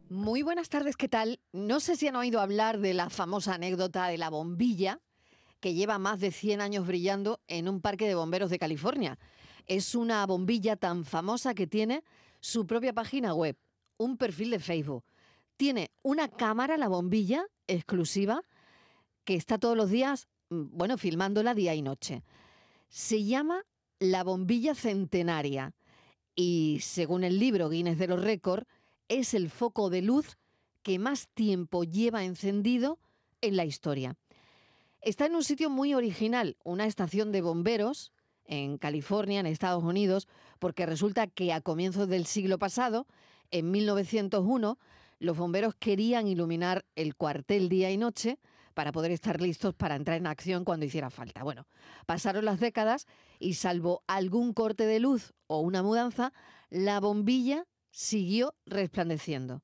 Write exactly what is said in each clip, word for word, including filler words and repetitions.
Muy buenas tardes, ¿qué tal? No sé si han oído hablar de la famosa anécdota de la bombilla que lleva más de cien años brillando en un parque de bomberos de California. Es una bombilla tan famosa que tiene su propia página web, un perfil de Facebook. Tiene una cámara, la bombilla, exclusiva, que está todos los días, bueno, filmándola día y noche. Se llama La Bombilla Centenaria y, según el libro Guinness de los Récords, es el foco de luz que más tiempo lleva encendido en la historia. Está en un sitio muy original, una estación de bomberos en California, en Estados Unidos, porque resulta que a comienzos del siglo pasado, en mil novecientos uno, los bomberos querían iluminar el cuartel día y noche para poder estar listos para entrar en acción cuando hiciera falta. Bueno, pasaron las décadas y, salvo algún corte de luz o una mudanza, la bombilla siguió resplandeciendo.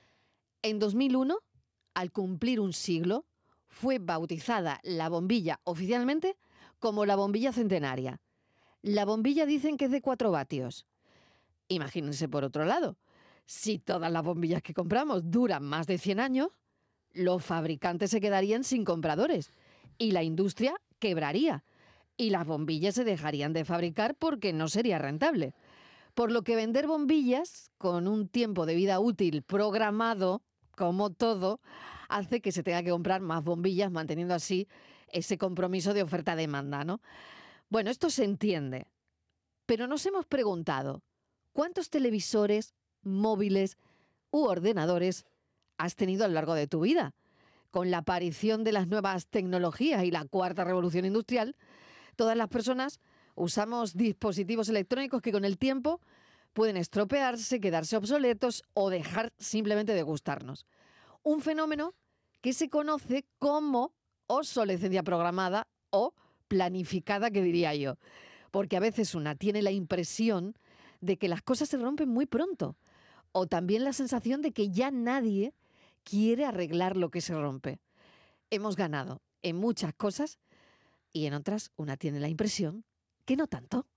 En dos mil uno, al cumplir un siglo, fue bautizada la bombilla oficialmente como la bombilla centenaria. La bombilla dicen que es de cuatro vatios. Imagínense por otro lado, si todas las bombillas que compramos duran más de cien años, los fabricantes se quedarían sin compradores y la industria quebraría y las bombillas se dejarían de fabricar porque no sería rentable. Por lo que vender bombillas con un tiempo de vida útil programado, como todo, hace que se tenga que comprar más bombillas, manteniendo así ese compromiso de oferta-demanda, ¿no? Bueno, esto se entiende, pero nos hemos preguntado, ¿cuántos televisores, móviles u ordenadores has tenido a lo largo de tu vida? Con la aparición de las nuevas tecnologías y la cuarta revolución industrial, todas las personas usamos dispositivos electrónicos que con el tiempo pueden estropearse, quedarse obsoletos o dejar simplemente de gustarnos. Un fenómeno que se conoce como obsolescencia programada o planificada, que diría yo. Porque a veces una tiene la impresión de que las cosas se rompen muy pronto. O también la sensación de que ya nadie quiere arreglar lo que se rompe. Hemos ganado en muchas cosas y en otras una tiene la impresión que no tanto.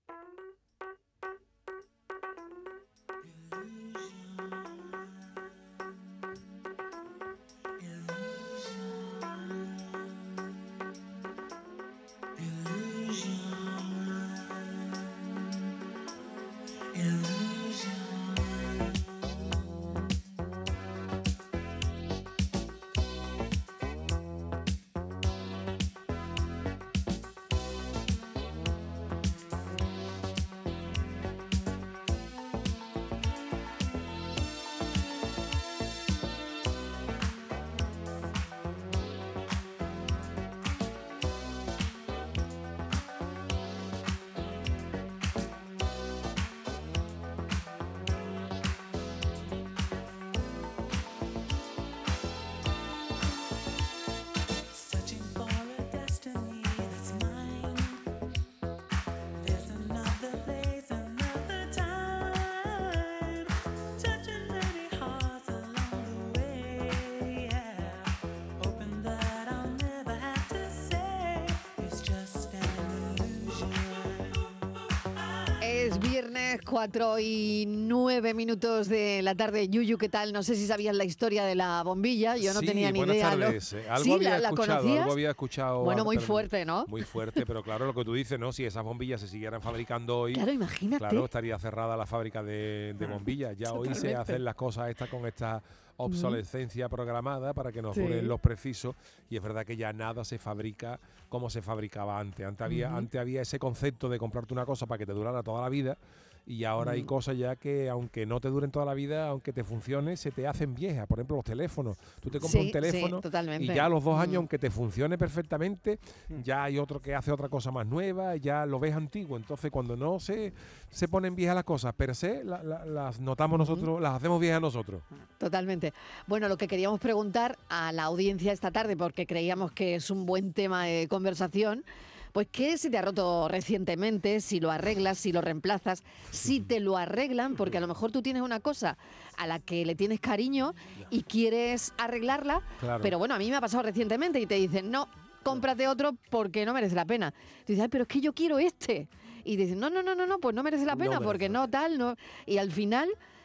Es viernes, cuatro y nueve minutos de la tarde. Yuyu, ¿qué tal? No sé si sabías la historia de la bombilla. Yo no sí, tenía ni buenas idea. Tardes. ¿Lo... Algo ¿Sí? había ¿La, la escuchado, conocías? algo había escuchado. Bueno, muy pero, fuerte, ¿no? Muy fuerte, pero claro, lo que tú dices, ¿no? Si esas bombillas se siguieran fabricando hoy, claro, imagínate. Claro, estaría cerrada la fábrica de, de bombillas. Ya Totalmente. Hoy se hacen las cosas estas con esta obsolescencia mm. programada para que nos sí. duren los precisos, y es verdad que ya nada se fabrica como se fabricaba antes. Antes había, mm. antes había ese concepto de comprarte una cosa para que te durara toda la vida. Y ahora mm. hay cosas ya que, aunque no te duren toda la vida, aunque te funcione, se te hacen viejas. Por ejemplo, los teléfonos. Tú te compras sí, un teléfono sí, y ya a los dos años, mm. aunque te funcione perfectamente, mm. ya hay otro que hace otra cosa más nueva, ya lo ves antiguo. Entonces, cuando no se, se ponen viejas las cosas, per se, la, la, las notamos mm. nosotros, las hacemos viejas nosotros. Totalmente. Bueno, lo que queríamos preguntar a la audiencia esta tarde, porque creíamos que es un buen tema de conversación, pues ¿qué se te ha roto recientemente? Si lo arreglas, si lo reemplazas, si te lo arreglan, porque a lo mejor tú tienes una cosa a la que le tienes cariño y quieres arreglarla, claro. Pero bueno, a mí me ha pasado recientemente y te dicen, no, cómprate otro porque no merece la pena. Tú dices, ay, pero es que yo quiero este. Y dicen, no, no, no, no, no, pues no merece la pena, no merece porque no tal, no. Y al final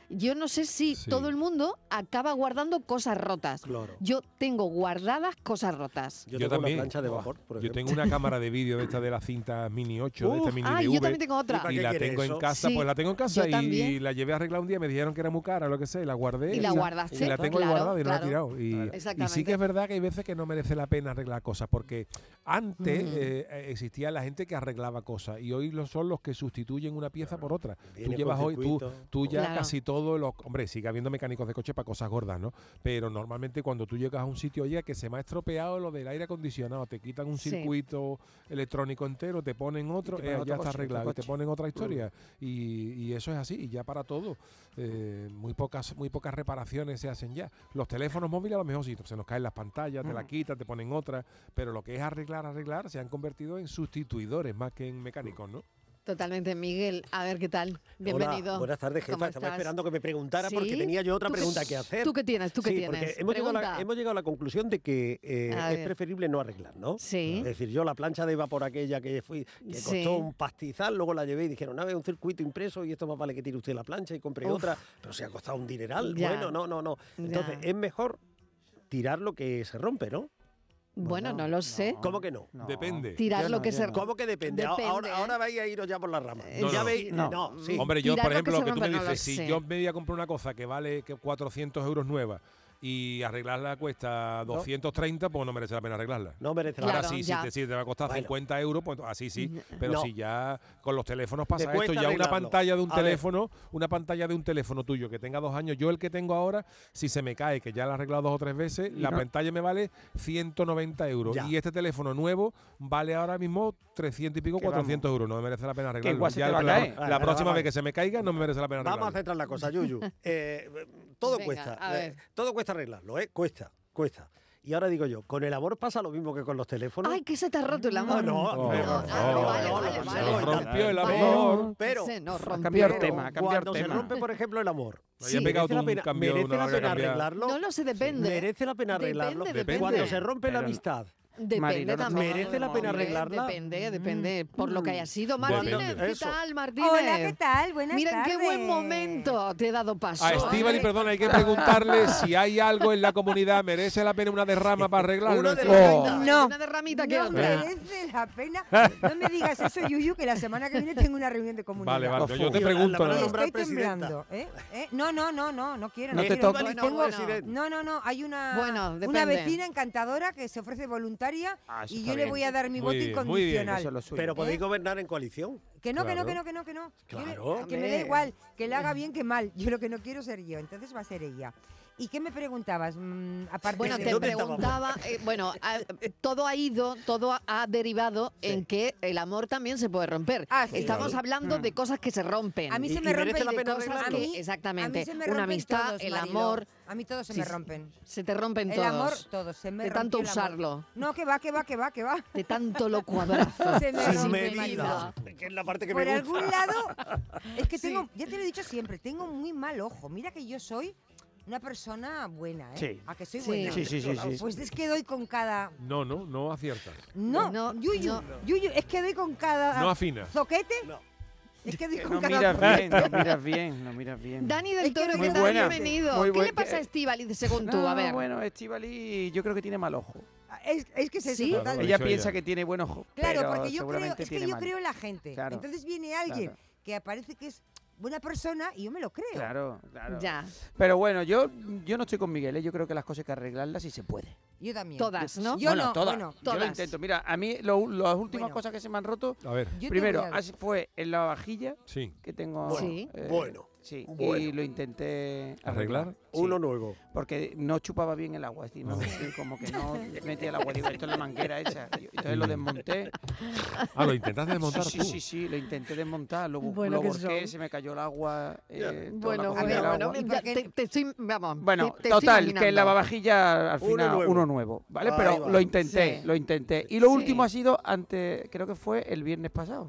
yo no sé si Sí. todo el mundo acaba guardando cosas rotas. Claro. Yo tengo guardadas cosas rotas. Yo, Yo tengo también. una plancha de vapor, por Yo ejemplo. tengo una cámara de vídeo de esta de la cinta Mini ocho, de Uf, esta Mini Ah, D y V. yo también tengo otra. ¿Y para Y qué la quiere tengo en eso? casa, Sí, pues la tengo en casa yo y, también. y la llevé a arreglar un día, me dijeron que era muy cara o lo que sea, y la guardé. Y la esa- guardaste, Y la tengo ahí claro, guardada y no la he claro. tirado. Y, y Exactamente. sí que es verdad que hay veces que no merece la pena arreglar cosas, porque antes Mm. eh, eh, existía la gente que arreglaba cosas y hoy lo son los que sustituyen una pieza por otra. Viene Tú llevas con hoy, tú, circuito. tú ya Claro. casi todo, los, hombre, sigue habiendo mecánicos de coche para cosas gordas, ¿no? Pero normalmente cuando tú llegas a un sitio, oye, que se me ha estropeado lo del aire acondicionado, te quitan un Sí. circuito electrónico entero, te ponen otro, Y te ponen eh, otra ya está cosa, otro arreglado, y te coche. ponen otra historia. Y, y eso es así, y ya para todo. Eh, muy pocas muy pocas reparaciones se hacen ya. Los teléfonos móviles a lo mejor sí, se nos caen las pantallas, te la Mm. quitan, te ponen otra, pero lo que es arreglar, arreglar, se han convertido en sustituidores más que en mecánicos, ¿no? Totalmente, Miguel. A ver qué tal. Bienvenido. Hola, buenas tardes, ¿Cómo jefa. Estaba estás? esperando que me preguntara porque ¿Sí? tenía yo otra ¿Tú qué- pregunta que hacer. ¿Tú qué tienes? ¿Tú qué sí, tienes? porque hemos llegado, a la, Pregunta. hemos llegado a la conclusión de que eh, A es ver. preferible no arreglar, ¿no? Sí. Es decir, yo la plancha de vapor aquella que fui, que costó Sí. un pastizal, luego la llevé y dijeron, no, es un circuito impreso y esto más vale que tire usted la plancha y compre Uf. otra, pero se ha costado un dineral. Ya. Bueno, no, no, no. Entonces, Ya. es mejor tirar lo que se rompe, ¿no? Bueno, no lo sé. ¿Cómo que no? Depende. Tirar Yo lo no, que yo se no. ¿Cómo que depende? A- Depende, ahora, ¿eh? ahora vais a iros ya por las ramas. No, ya no. veis, No. no, sí. Hombre, yo, Tirar por lo que ejemplo, se lo que tú me rompe, no lo dices, si sé. yo me voy a comprar una cosa que vale que cuatrocientos euros nueva y arreglarla cuesta doscientos treinta, pues no merece la pena arreglarla. No merece la Ahora Claro, sí, si ya. te, si te va a costar Bueno. cincuenta euros, pues así sí. Pero No. si ya con los teléfonos pasa Me esto, cuesta ya una arreglarlo. pantalla de un A ver. teléfono, una pantalla de un teléfono tuyo que tenga dos años, yo el que tengo ahora, si se me cae, que ya la he arreglado dos o tres veces, Y la no- pantalla me vale ciento noventa euros. Ya. Y este teléfono nuevo vale ahora mismo trescientos y pico, Que cuatrocientos euros. No me merece la pena arreglarlo. igual se Ya te va a la, caer. la Vale, próxima vale. vez que se me caiga, no me merece la pena Vamos a arreglarlo. centrar la cosa, Yuyu. Eh, todo Venga, cuesta. a ver. eh, todo cuesta arreglarlo, ¿eh? Cuesta, cuesta. Y ahora digo yo, ¿con el amor pasa lo mismo que con los teléfonos? Ay, que se te ha roto el amor. No, no, Oh, pero, por no, favor. no, vale, no, vale, lo vale. consigo y tal. Rompió el Vale. amor. Pero Se nos A rompió. cambiar pero tema, a cambiar cuando tema. se rompe, por ejemplo, el amor, Había Sí. pegado ¿merece tú la un pena, cambio, merece una la larga pena cambiada. arreglarlo? No lo sé, depende. ¿Merece la pena Depende, arreglarlo? depende. Cuando se rompe la Pero- amistad, Depende Marilo, no también. ¿merece la pena Hombre, arreglarla? Depende, depende. Por lo que haya sido. Depende. Martínez, ¿qué Eso. tal, Martínez? Hola, ¿qué tal? Buenas Mira en tardes. qué buen momento te he dado paso. A ¿eh? Estíbaliz, perdón, hay que preguntarle si hay algo en la comunidad, ¿merece la pena una derrama para arreglarlo? Una Estíbaliz? derramita. Oh. No. Una derramita que No otra. merece la pena. No me digas eso, Yuyu, que la semana que viene tengo una reunión de comunidad. Vale, vale, Ojo. yo te Y la- pregunto. la van a ¿no? Y nombrar estoy presidenta. temblando. ¿eh? ¿Eh? No, no, no, no, no quiero. No No, te quiero. toques. Bueno, Tengo- bueno. No, no, no, hay una, Bueno, una depende. vecina encantadora que se ofrece voluntaria Ah, eso y está yo le bien. voy a dar mi Muy voto bien, muy bien. incondicional. Eso es lo suyo. pero podéis ¿Eh? gobernar en coalición. Que no, que no, Claro. que no, que no, que no. Yo le- Claro. que me da Hombre. igual, que la haga bien que mal. Yo lo que no quiero ser yo, entonces va a ser ella. ¿Y qué me preguntabas? Mm, aparte Bueno, de- te ¿Dónde estábamos? preguntaba, eh, bueno, a- todo ha ido, todo ha- ha derivado Sí. en que el amor también se puede romper. Ah, sí. Estamos Claro. hablando Mm. de cosas que se rompen. A mí ¿Y- se y me merece rompen la de pena cosas arreglarlo? que- Que- exactamente. A mí se me Una rompen amistad, todos, el Marilo. amor, A mí todos se Sí, me sí. rompen. se te rompen El todos. amor, todos. Se me de tanto rompió el amor. usarlo, No, que va, que va, que va, que va. de tanto loco abrazo. Se me Sin rompe, medida. medida. Que es la parte que Por me gusta. algún lado, es que tengo, ya te lo he dicho siempre, tengo muy mal ojo. Mira que yo soy una persona buena, ¿eh? Sí. ¿A que soy Sí. buena? Sí, sí, sí, sí. Pues es que doy con cada... No, no, no aciertas. No, No, Yuyu, no. Yuyu, es que doy con cada... No afinas. ¿Zoquete? No. Es que doy Que con no cada... miras zoquete. bien, no miras bien, no miras bien. Dani del Es que Toro, no ¿qué Muy tal? buena. Bienvenido. Muy ¿Qué buen- le pasa a que- Estíbaliz, según tú? No, A ver. bueno, Estíbaliz yo creo que tiene mal ojo. Es, es que es eso, ¿Sí? total. Claro, Ella dicho piensa ella. que tiene buen ojo, Claro, pero porque yo creo, seguramente es que tiene yo mal. creo en la gente. Claro. Entonces viene alguien Claro. que parece que es buena persona y yo me lo creo. Claro, claro. Ya, Pero bueno, yo, yo no estoy con Miguel, ¿eh? Yo creo que las cosas hay que arreglarlas si se puede. Yo también. todas, ¿no? Yo bueno, no, todas. bueno, Yo lo todas. intento. Mira, a mí lo- las últimas Bueno. cosas que se me han roto, A ver, Yo te primero, voy a- así fue en la vajilla sí. que tengo. Bueno, Sí. eh, bueno, Sí, bueno. y lo intenté ¿Arreglar? Sí, Uno nuevo. porque no chupaba bien el agua, es decir, no, Ah. como que no metía el agua. Digo, esto es la manguera esa. Y entonces lo desmonté. Ah, lo intentaste desmontar sí, tú. sí, sí, sí, lo intenté desmontar, lo, bu- Bueno lo que volqué, son. se me cayó el agua. eh, toda Bueno, la cocina bueno, del bueno, agua. ¿Y ya por qué? te, te estoy, vamos. Bueno, te- te estoy total, que en la imaginando. lavavajilla al Uno final nuevo. uno nuevo, ¿vale? Ahí Pero va. lo intenté, Sí. lo intenté. Y lo Sí. último ha sido antes, creo que fue el viernes pasado,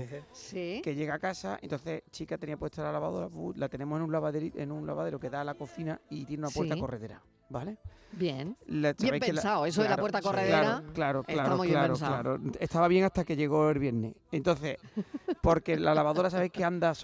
Sí. que llega a casa, entonces chica tenía puesta la lavadora, bu- la tenemos en un lavadero, en un lavadero que da a la cocina y tiene una puerta Sí. corredera, ¿vale? Bien. La- Bien sabéis que la- pensado, eso de la puerta corredera Claro, claro, está claro, muy bien claro, pensado. claro. Estaba bien hasta que llegó el viernes. Entonces, porque la lavadora sabéis que anda sola.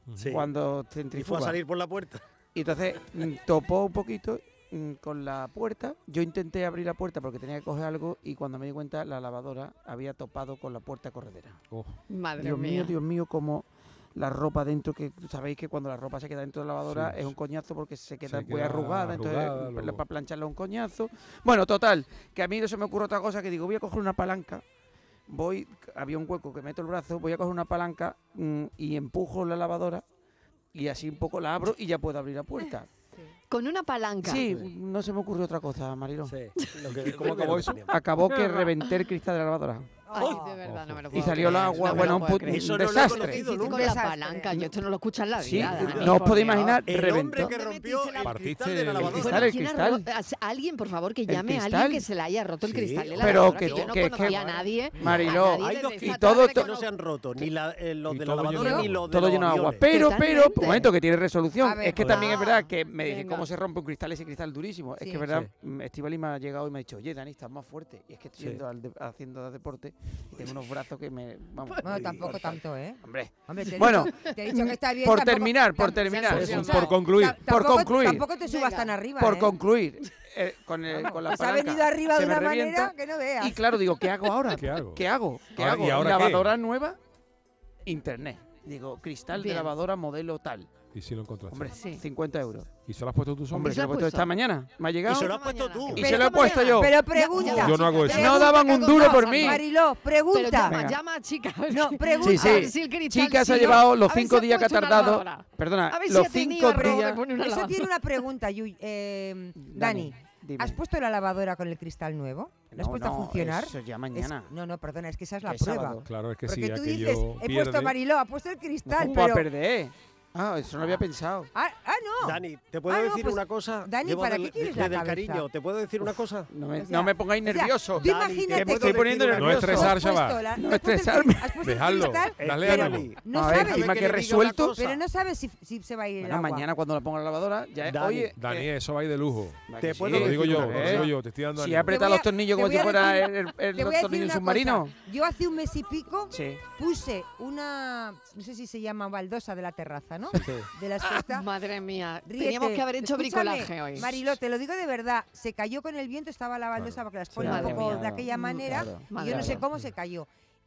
Sí. cuando Y fue a centrifuga. salir por la puerta. Y entonces mm, topó un poquito mm, con la puerta. Yo intenté abrir la puerta porque tenía que coger algo y cuando me di cuenta la lavadora había topado con la puerta corredera. Oh, Madre Dios mía. mío, Dios mío, como la ropa dentro, que sabéis que cuando la ropa se queda dentro de la lavadora Sí. es un coñazo porque se queda Se muy queda arrugada, arrugada, entonces luego. para plancharla un coñazo. Bueno, total, que a mí no se me ocurre otra cosa que digo, voy a coger una palanca, voy, había un hueco que meto el brazo, voy a coger una palanca mm, y empujo la lavadora y así un poco la abro y ya puedo abrir la puerta. Con una palanca. Sí, no se me ocurrió otra cosa, Mariló. Sí. Lo que, ¿Y cómo acabó eso? Acabó que reventé el cristal de la lavadora. Ay, Oh. de verdad, no me lo Y puedo salió el creer, agua, no me bueno, lo un, puedo put- creer. Eso un no lo he desastre. conocido Con nunca. la Desastre. palanca, yo esto no lo escucho en la Sí, vida. Dani, no os por podéis Dios. imaginar, El reventó. hombre que ¿Dónde rompió metiste la- el Partiste cristal de la el lavadora. cristal, Bueno, el ¿quién ha cristal. ro- a- alguien, por favor, que El llame a cristal. alguien que se le haya roto el Sí, cristal de la pero lavadora, que- que yo no que- conocía que- a nadie. Mariló, a nadie Hay de dos esta cristales todo que to- no se han roto, ni la- eh, los Y de la todo lavadora lleno ni de los de todo los lleno de agua. aviones. Pero, pero, Totalmente. un momento que tiene resolución. A ver, Es que también es ah, verdad que me dice venga. cómo se rompe un cristal, ese cristal durísimo. Es Sí. que es verdad, Sí. mm, Estíbaliz me ha llegado y me ha dicho, oye, Dani, estás más fuerte. Y es que estoy Sí. yendo al de- haciendo deporte y tengo unos brazos que me... Vamos, Bueno, y- tampoco tanto, ¿eh? Hombre, Hombre, te he Bueno, dicho, te he dicho que está bien. por tampoco- terminar, por tam- terminar. escucha, Por- por concluir. ta- Por tampoco- concluir. Tampoco te subas Venga. tan arriba, por ¿eh? concluir, eh, con, el, con la Se ha palanca venido arriba se de me una revienta. manera que no veas. Y claro, digo, ¿qué hago ahora? ¿Qué hago? ¿Qué hago? ¿Qué Ahora- hago? ¿y ahora qué? ¿Lavadora nueva? Internet. Digo, cristal Bien. de lavadora modelo tal. Y si lo encontraste. Hombre, Sí. cincuenta euros. ¿Y se lo has puesto tú solo? Hombre, ¿Y se lo he se lo puesto has puesto? esta mañana. Me ha Y llegado se lo has puesto mañana. tú. y Pero se lo he ¿cómo puesto era? yo. Pero Ya- pregunta. ya, Yo no hago eso. No daban un duro por mí. Mariló, Pero pregunta. llama, Venga. llama a chica. No, pregunta. Sí, sí. A ver si el cristal Chica se ha sí o- llevado los a ver cinco si ha días que ha puesto una tardado. lavadora. Perdona, A ver si los ha tenido cinco arroz de días. poner una Eso lavadora. tiene una pregunta, Yuy. Eh, Dani, dime. ¿has puesto la lavadora con el cristal nuevo? ¿La has No, puesto no, a funcionar? Eso ya Es- mañana. no, no, perdona, es que esa es la Que es prueba. sábado. Claro, es que Porque sí, tú aquello dices, he pierde. puesto Mariló, ha puesto el No, cristal, ¿cómo va a pero... perder? Ah, eso no lo había pensado. Ah, ah, no. Dani, ¿te puedo Ah, no, decir pues, una cosa? Dani, Llevo ¿para del- qué quieres la desde el cabeza? cariño, ¿te puedo decir una cosa? No me, O sea, no me pongáis o sea, nervioso. tú Dani, imagínate te que estoy poniendo nervioso. No estresar, tú has puesto chaval. la- No tú has puesto el- estresarme. has puesto el Dejadlo. cristal, Dale pero ánimo. no A ver, sabes, encima que que le diga resuelto. una cosa. pero no sabes si, si se va a ir el Bueno, agua. mañana cuando la ponga en la lavadora, ya Dani, oye, Dani, eh, eso va a ir de lujo. va te que puedo Te lo decir digo yo, una te lo cosa. digo yo, te estoy dando Si ánimo. aprieta Te voy los a- tornillos te como voy si a fuera decir- el, el, Te voy el a tornillo decir de un una submarino. cosa. Yo hace un mes y pico Sí. puse una, no sé si se llama baldosa de la terraza, ¿no? Sí. De la fiesta. Madre mía, Ríete. teníamos que haber hecho Escúchame, bricolaje hoy. Mariló, te lo digo de verdad, se cayó con el viento, estaba la baldosa Claro. porque las Sí. pone un Madre poco mía. de aquella Mm, manera claro. y Madre yo no sé mía. cómo se cayó.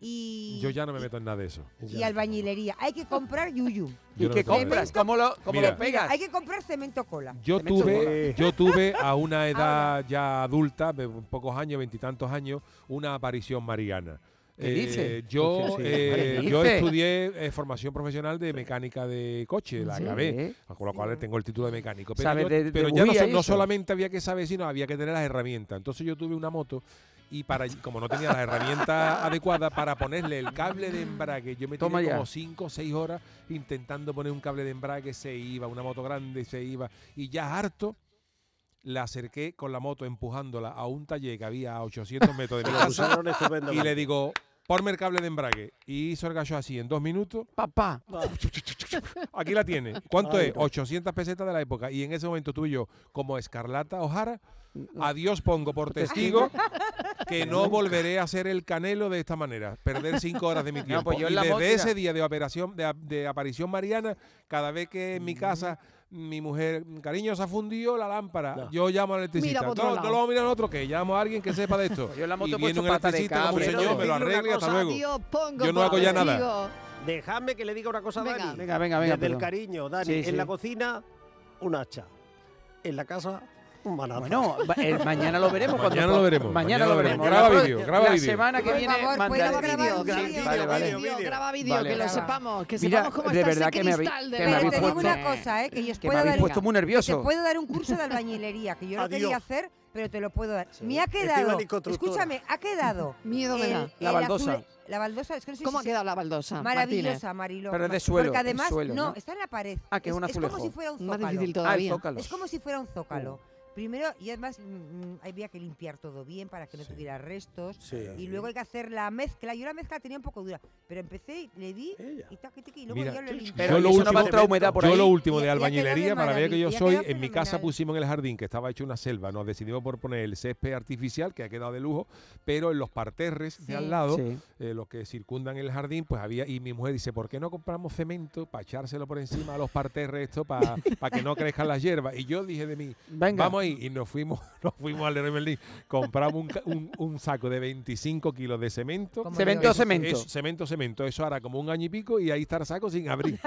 Y, Yo ya no me meto en nada de eso. y albañilería. Hay que comprar yuyu. Yo ¿Y no qué me toco compras? eso. ¿Cómo lo, cómo Mira. lo pegas? Hay que comprar cemento cola. Yo Cemento tuve, cola. yo tuve a una edad ya adulta, de pocos años, veintitantos años, una aparición mariana. ¿Qué dice? Yo, Sí, sí. eh, ¿Qué yo dice? estudié eh, formación profesional de mecánica de coche, la Sí. acabé, con lo cual tengo el título de mecánico. Pero, ¿Sabes yo- de- de pero ya no, bulla so- y no eso? solamente había que saber, sino había que tener las herramientas. Entonces yo tuve una moto y para como no tenía las herramientas adecuadas para ponerle el cable de embrague, yo me Toma tiré ya. como cinco o seis horas intentando poner un cable de embrague, se iba, una moto grande se iba, y ya harto la acerqué con la moto empujándola a un taller que había a ochocientos metros de mi Lo casa usaron estupendamente. y le digo, ponme el cable de embrague. Y hizo el gallo así en dos minutos. Papá. Aquí la tiene. ¿Cuánto Ay, es? no. ochocientas pesetas de la época. Y en ese momento tuve yo, como Escarlata O'Hara, a Dios pongo por testigo que no volveré a hacer el Canelo de esta manera. Perder cinco horas de mi tiempo. pues yo en y la desde moto, ese mira. día de, operación, de, a- de aparición mariana, cada vez que en mi casa mi mujer, cariño, se ha fundido la lámpara, No. yo llamo al Mira electricista. por otro No, no lado. lo vamos a mirar en otro, que llamo a alguien que sepa de esto. Yo en la moto y he viene puesto un pata de electricista como un cable. señor, me lo Decirle una arregle y hasta cosa. luego. Adiós, pongo Yo no hago por ya nada. testigo. Dejadme que le diga una cosa a Venga. Dani. Venga, venga, venga. Desde el perdón. cariño, Dani. Sí, en sí. la cocina, un hacha. En la casa, un manazo. Bueno, va- el- mañana lo veremos. cuando Mañana po- lo veremos, Mañana, mañana lo lo veremos. veremos. Graba La pro- vídeo, graba La vídeo. semana que Por viene favor, manda podemos el grabar vídeo. un Vídeo, vídeo, graba Vale, vídeo, vale. graba vídeo, Vale. que lo Graba. sepamos, que Mira, sepamos cómo de está verdad ese que me habéis- cristal de que me Pero habéis te digo puesto- una cosa, ¿eh? Que yo os Que me puedo habéis dar, puesto muy te nervioso. puedo dar un curso de albañilería, que yo lo Adiós. quería hacer, pero te lo puedo dar. Sí. Me ha quedado, Estíbaliz constructora. escúchame, ha quedado Miedo me el- da. La el baldosa. azul- la baldosa, es que no sé ¿Cómo ha si se- quedado la baldosa? Martínez? Maravillosa, Mariló. Pero es de Ma- suelo, Porque es además, suelo, no, ¿no? está en la pared. Ah, que es un Es como azulejo. si fuera un Más zócalo. difícil Ah, el todavía. zócalo. Es como si fuera un zócalo. Primero, y además mm, había que limpiar todo bien para que no Sí. tuviera restos. Sí. Y luego hay que hacer la mezcla. Yo la mezcla tenía un poco dura, pero empecé, le di Ella. y taqui, taqui, y luego Mira, ya lo limpié. Pero Yo ¿y lo eso no último- va a entrar humedad por Yo ahí? lo último Ya- de ya quedó de albañilería, para ver que yo maravilla, soy, ya quedó en mi casa fenomenal. pusimos en el jardín, que estaba hecho una selva, nos decidimos por poner el césped artificial, que ha quedado de lujo, pero en los parterres de Sí. al lado, Sí. eh, los que circundan el jardín, pues había, y mi mujer dice, ¿por qué no compramos cemento para echárselo por encima a los parterres esto, para que no crezcan las hierbas? Y yo dije de mí, Venga. vamos ahí, y nos fuimos, nos fuimos al Leroy Merlin, compramos un, ca- un- un saco de veinticinco kilos de cemento. Como Cemento, yo. Eso- cemento. eso- cemento, cemento. Eso hará como un año y pico y ahí está el saco sin abrir.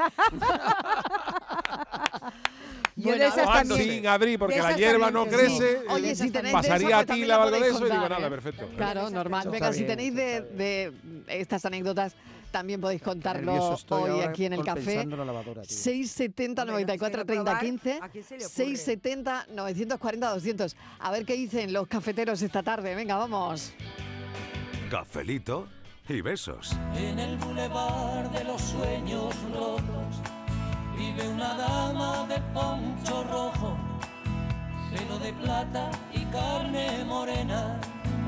Yo de Bueno, esas Ah, también. sin abrir, porque de la esas hierba también no tengo. crece. Oye, eh, si tenéis de eso, pasaría pues a ti también la lo algo de podéis eso y digo, contar, nada, ¿eh? perfecto. Claro, normal. Eso Venga, está si bien, tenéis eso de, está de estas anécdotas, también podéis contarlo Nervioso estoy hoy ahora aquí en el por café. pensando en la lavadora, tío. seis setenta, Hombre, noventa y no cuatro, quiero treinta, probar. quince. ¿A quién se le ocurre? seis setenta, novecientos cuarenta, doscientos. A ver qué dicen los cafeteros esta tarde. Venga, vamos. Cafelito y besos. En el bulevar de los sueños rotos vive una dama de poncho rojo, pelo de plata y carne morena,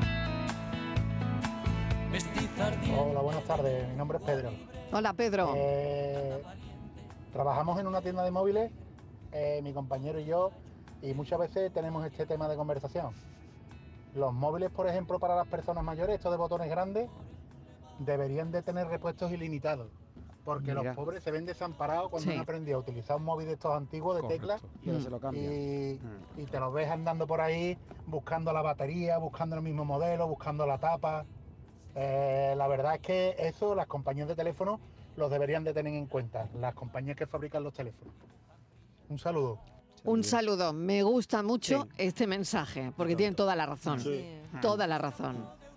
mestiza ardiente. Hola, buenas tardes. Mi nombre es Pedro. Hola, Pedro. Eh, trabajamos en una tienda de móviles, eh, mi compañero y yo, y muchas veces tenemos este tema de conversación. Los móviles, por ejemplo, para las personas mayores, estos de botones grandes, deberían de tener repuestos ilimitados, porque Mira. los pobres se ven desamparados cuando Sí. han aprendido a utilizar un móvil de estos antiguos de teclas Correcto. Y ahora se lo cambia. y, Mm. y te los ves andando por ahí buscando la batería, buscando el mismo modelo, buscando la tapa. Eh, la verdad es que eso las compañías de teléfono los deberían de tener en cuenta, las compañías que fabrican los teléfonos. Un saludo. Un saludo. Me gusta mucho Sí. este mensaje, porque tienen toda la razón. Sí. Toda la razón.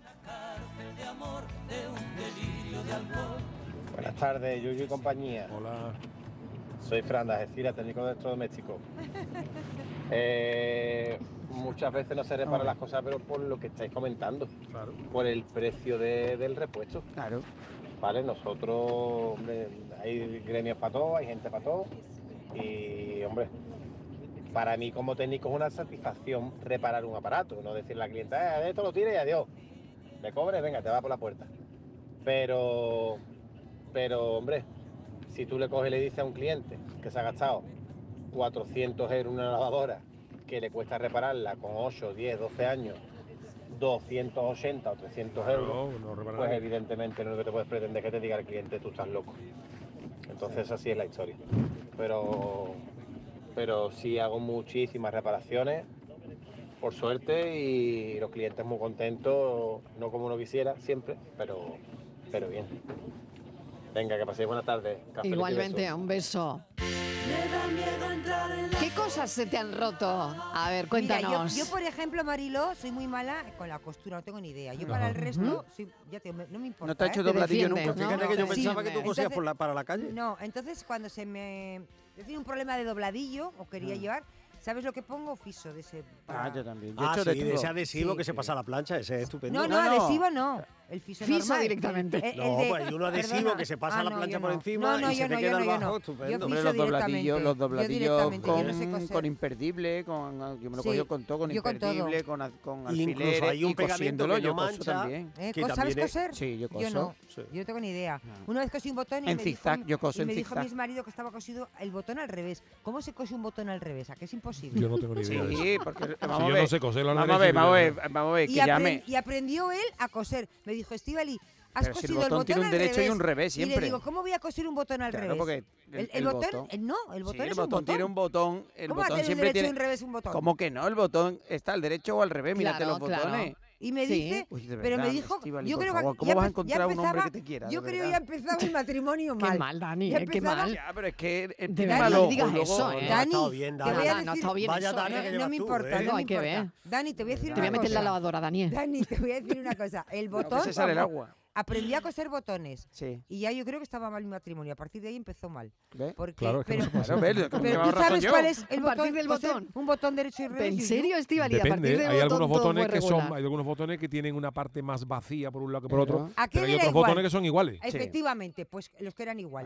Buenas tardes, Yuyu y compañía. Hola. Soy Fran de Algeciras, técnico de electrodoméstico. Eh, muchas veces no se reparan Hombre. las cosas, pero por lo que estáis comentando, Claro. por el precio de- del repuesto. Claro. Vale, nosotros, hombre, hay gremios para todo, hay gente para todo. Y, hombre, para mí como técnico es una satisfacción reparar un aparato, no decirle a la clienta, eh, esto lo tires y adiós. Me cobres, venga, te va por la puerta. Pero, pero, hombre, si tú le coges y le dices a un cliente que se ha gastado cuatrocientos euros en una lavadora, que le cuesta repararla con ocho, diez, doce años, doscientos ochenta o trescientos euros, No, no repara pues nadie. evidentemente no es lo que te puedes pretender que te diga el cliente, tú estás loco. Entonces así es la historia. Pero, pero sí hago muchísimas reparaciones, por suerte, y los clientes muy contentos, no como uno quisiera siempre, pero, pero bien. Venga, que paséis buena tarde. Cafelito y Igualmente, besos. un beso. ¿Qué cosas se te han roto? A ver, Mira, yo, cuéntanos. yo, por ejemplo, Mariló, soy muy mala con la costura, no tengo ni idea. Yo para el resto, soy- ya te, no me importa. No te ha hecho ¿eh? Te dobladillo defiendes, nunca. ¿no? Fíjate que yo Sí, pensaba que tú hombre. cosías Entonces- por la, para la calle. No, entonces cuando se me... Yo tenía un problema de dobladillo, o quería Ah. llevar, ¿sabes lo que pongo? Fiso de ese... Ah, para- yo también. Yo he Ah, hecho sí, de de todo. ese adhesivo Sí. que se pasa a la plancha, ese es estupendo. No, no, No, no. adhesivo no. El fiso, Fiso normal. directamente. El- el No, de- pues hay uno adhesivo perdona. que se pasa Ah, la no, plancha yo por no. encima No, no, y yo se te no, queda yo no, yo abajo, no. estupendo. Yo Hombre, fiso los dobladillos, directamente. los Yo dobladillos directamente, yo con, no sé coser. con imperdible, con, yo me lo Sí, cogí con todo, con yo con todo. imperdible, con, a- con Incluso alfileres hay un y pegamento cosiéndolo, que no yo coso mancha. también. ¿Eh? que ¿Cos- ¿Sabes también es- coser? Sí, yo Yo coso. no. Sí. Yo no tengo ni idea. No. Una vez cosí un botón y En me zigzag, dijo, yo coso y en me dijo zigzag. mi marido que estaba cosido el botón al revés. ¿Cómo se cose un botón al revés? ¿A qué es imposible? Yo no tengo ni idea de eso. Sí, porque Si vamos a yo ver. no sé coserlo al Vamos a derecho ver, ni vamos a al ver, vamos a ver, que y, ya apren- me... y aprendió él a coser. Me dijo, Estivali, has Pero si el cosido botón tiene un al derecho y revés. un revés Y le siempre. digo, ¿cómo voy a coser un botón al Claro, revés? porque el, el, el el botón, eh, no, el botón sí, es el un botón tiene un botón, el ¿Cómo va a botón tener un siempre derecho y tiene... un revés un botón? ¿Cómo que no? El botón está al derecho o al revés, mírate Claro, los claro. botones. Y me Sí. dice, Uy, de pero me verdad, dijo, Estíbaliz, yo por creo favor, que ¿cómo ya vas a empe- ya encontrar un hombre empezaba- que te quiera, Yo de creo que verdad? ya empezaba el matrimonio mal. Qué mal, Dani, Ya eh, qué empezaba- mal. Ya, pero es que eh, De tiene verdad, mal no ojo, digas luego- eso, No, ¿eh? ha Dani, estado bien, te Dani. voy a Nada, no ha decir- estado bien Vaya eso, Dani ¿eh? que no llevas me tú, importa, ¿eh? no No, me hay que importa. ver. Dani, te voy a decir Te voy a una meter en la cosa. lavadora, Daniel. Dani, te voy a decir una cosa. El No, que botón, se sale el agua. aprendí a coser botones. Sí. Y ya yo creo que estaba mal mi matrimonio. A partir de ahí empezó mal. ¿Ves? Porque, Claro, es que no pero, se puede Claro, ¿ves? Como que pero llevaba tú razón sabes yo. cuál es el A partir botón. del coser botón. Un botón derecho y revés. ¿En Yuyu. serio, Estíbaliz? A partir Depende, del hay botón algunos todo botones fue que son, regular. hay algunos botones que tienen una parte más vacía por un lado que por otro, Claro. Aquel pero hay era otros igual. botones que son iguales. Efectivamente, pues los que eran iguales.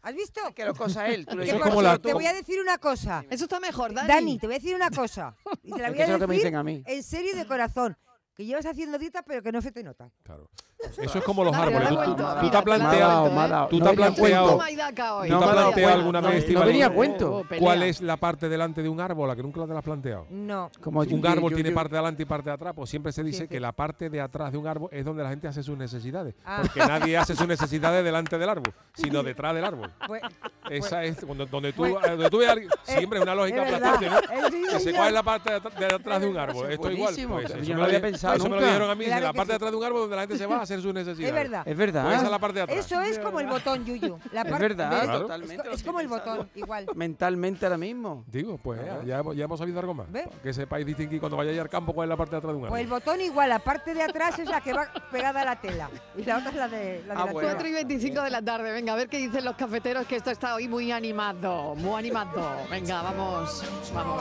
¿Has visto? Que lo cosa él. Tú le ¿Qué Eso es dices, como la- Te voy a decir una cosa. Eso está mejor, Dani. Dani, te voy a decir una cosa. Y te la Es voy que a eso es lo que me decir dicen a mí. en serio y de corazón. Que llevas haciendo dieta, pero que no se te nota. Claro. Eso es como los Dale, árboles. dale Tú, vuelta. tú- tú te Mira, has te la has planteado, vuelto, me ha ¿eh? dado. tú No te has venía a planteado, Toma y daca hoy. tú No te me has ha dado planteado cuenta. alguna No, vez, no Estíbaliz, venía a cuento. Oh, pelea. cuál es la parte delante de un árbol, a que nunca te la has planteado. No. Como Un yo- árbol yo- tiene yo- parte de adelante y parte de atrás, pues siempre se dice sí. que la parte de atrás de un árbol es donde la gente hace sus necesidades. Ah. Porque nadie hace sus necesidades delante del árbol, sino detrás del árbol. Pues, Esa es donde, donde tú, pues- eh, donde tú ves a alguien- siempre es una lógica es verdad. aplastante, ¿no? Eh, sí, Que se señor. cuál es la parte de, atr- de atrás de un árbol. Eso es Esto igual. buenísimo, Pues, que eso yo me no lo había di- pensado eso me lo nunca. dijeron a mí, Claro de la que parte de sí. atrás de un árbol donde la gente se va a hacer sus necesidades. es verdad. Es verdad. Pues esa es la parte de atrás. Eso es como el botón, Yuyu. La Es parte verdad, de- Claro. totalmente. Es, lo es estoy como el pensando botón, igual. Mentalmente ahora mismo. Digo, pues ya, ya hemos, ya hemos sabido algo más. ¿Ve? Para que sepáis distinguir cuando vayáis al campo cuál es la parte de atrás de un Pues el árbol. botón igual, la parte de atrás es la que va pegada a la tela. Y la otra es la de la, de Ah, la bueno. cuatro y veinticinco de la tarde. Venga, a ver qué dicen los cafeteros, que esto está hoy muy animado. Muy animado. Venga, vamos. Vamos.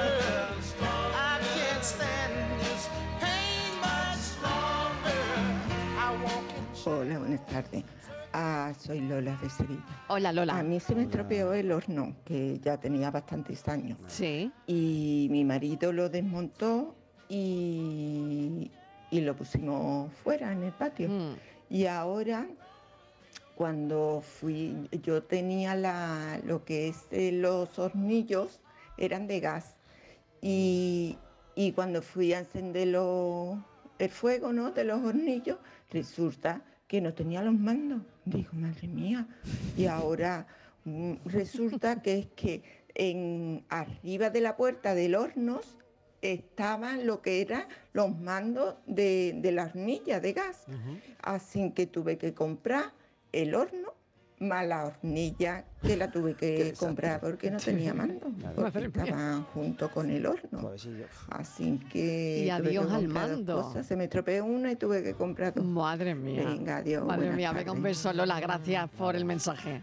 Hola, buenas tardes. Ah, soy Lola de Sevilla. Hola, A Lola. mí se me estropeó el horno, que ya tenía bastantes años. Sí. Y mi marido lo desmontó y, y lo pusimos fuera en el patio. Mm. Y ahora, cuando fui, yo tenía la, lo que es eh, los hornillos, eran de gas. Y, y cuando fui a encender los- el fuego, ¿no?, de los hornillos, resulta que no tenía los mandos. Digo, madre mía. Y ahora mm, resulta que es que en, arriba de la puerta del horno estaban lo que eran los mandos de, de la hornilla de gas. Así que tuve que comprar el horno más la hornilla, que la tuve que comprar porque no tenía mando, porque Madre mía. estaban junto con el horno. Suavecillo. Así que Y tuve que adiós al comprar dos mando. cosas. Se me estropeó una y tuve que comprar dos. Madre mía. Venga, adiós. Madre buenas mía, venga, un tardes. beso, Lola. Gracias por el mensaje.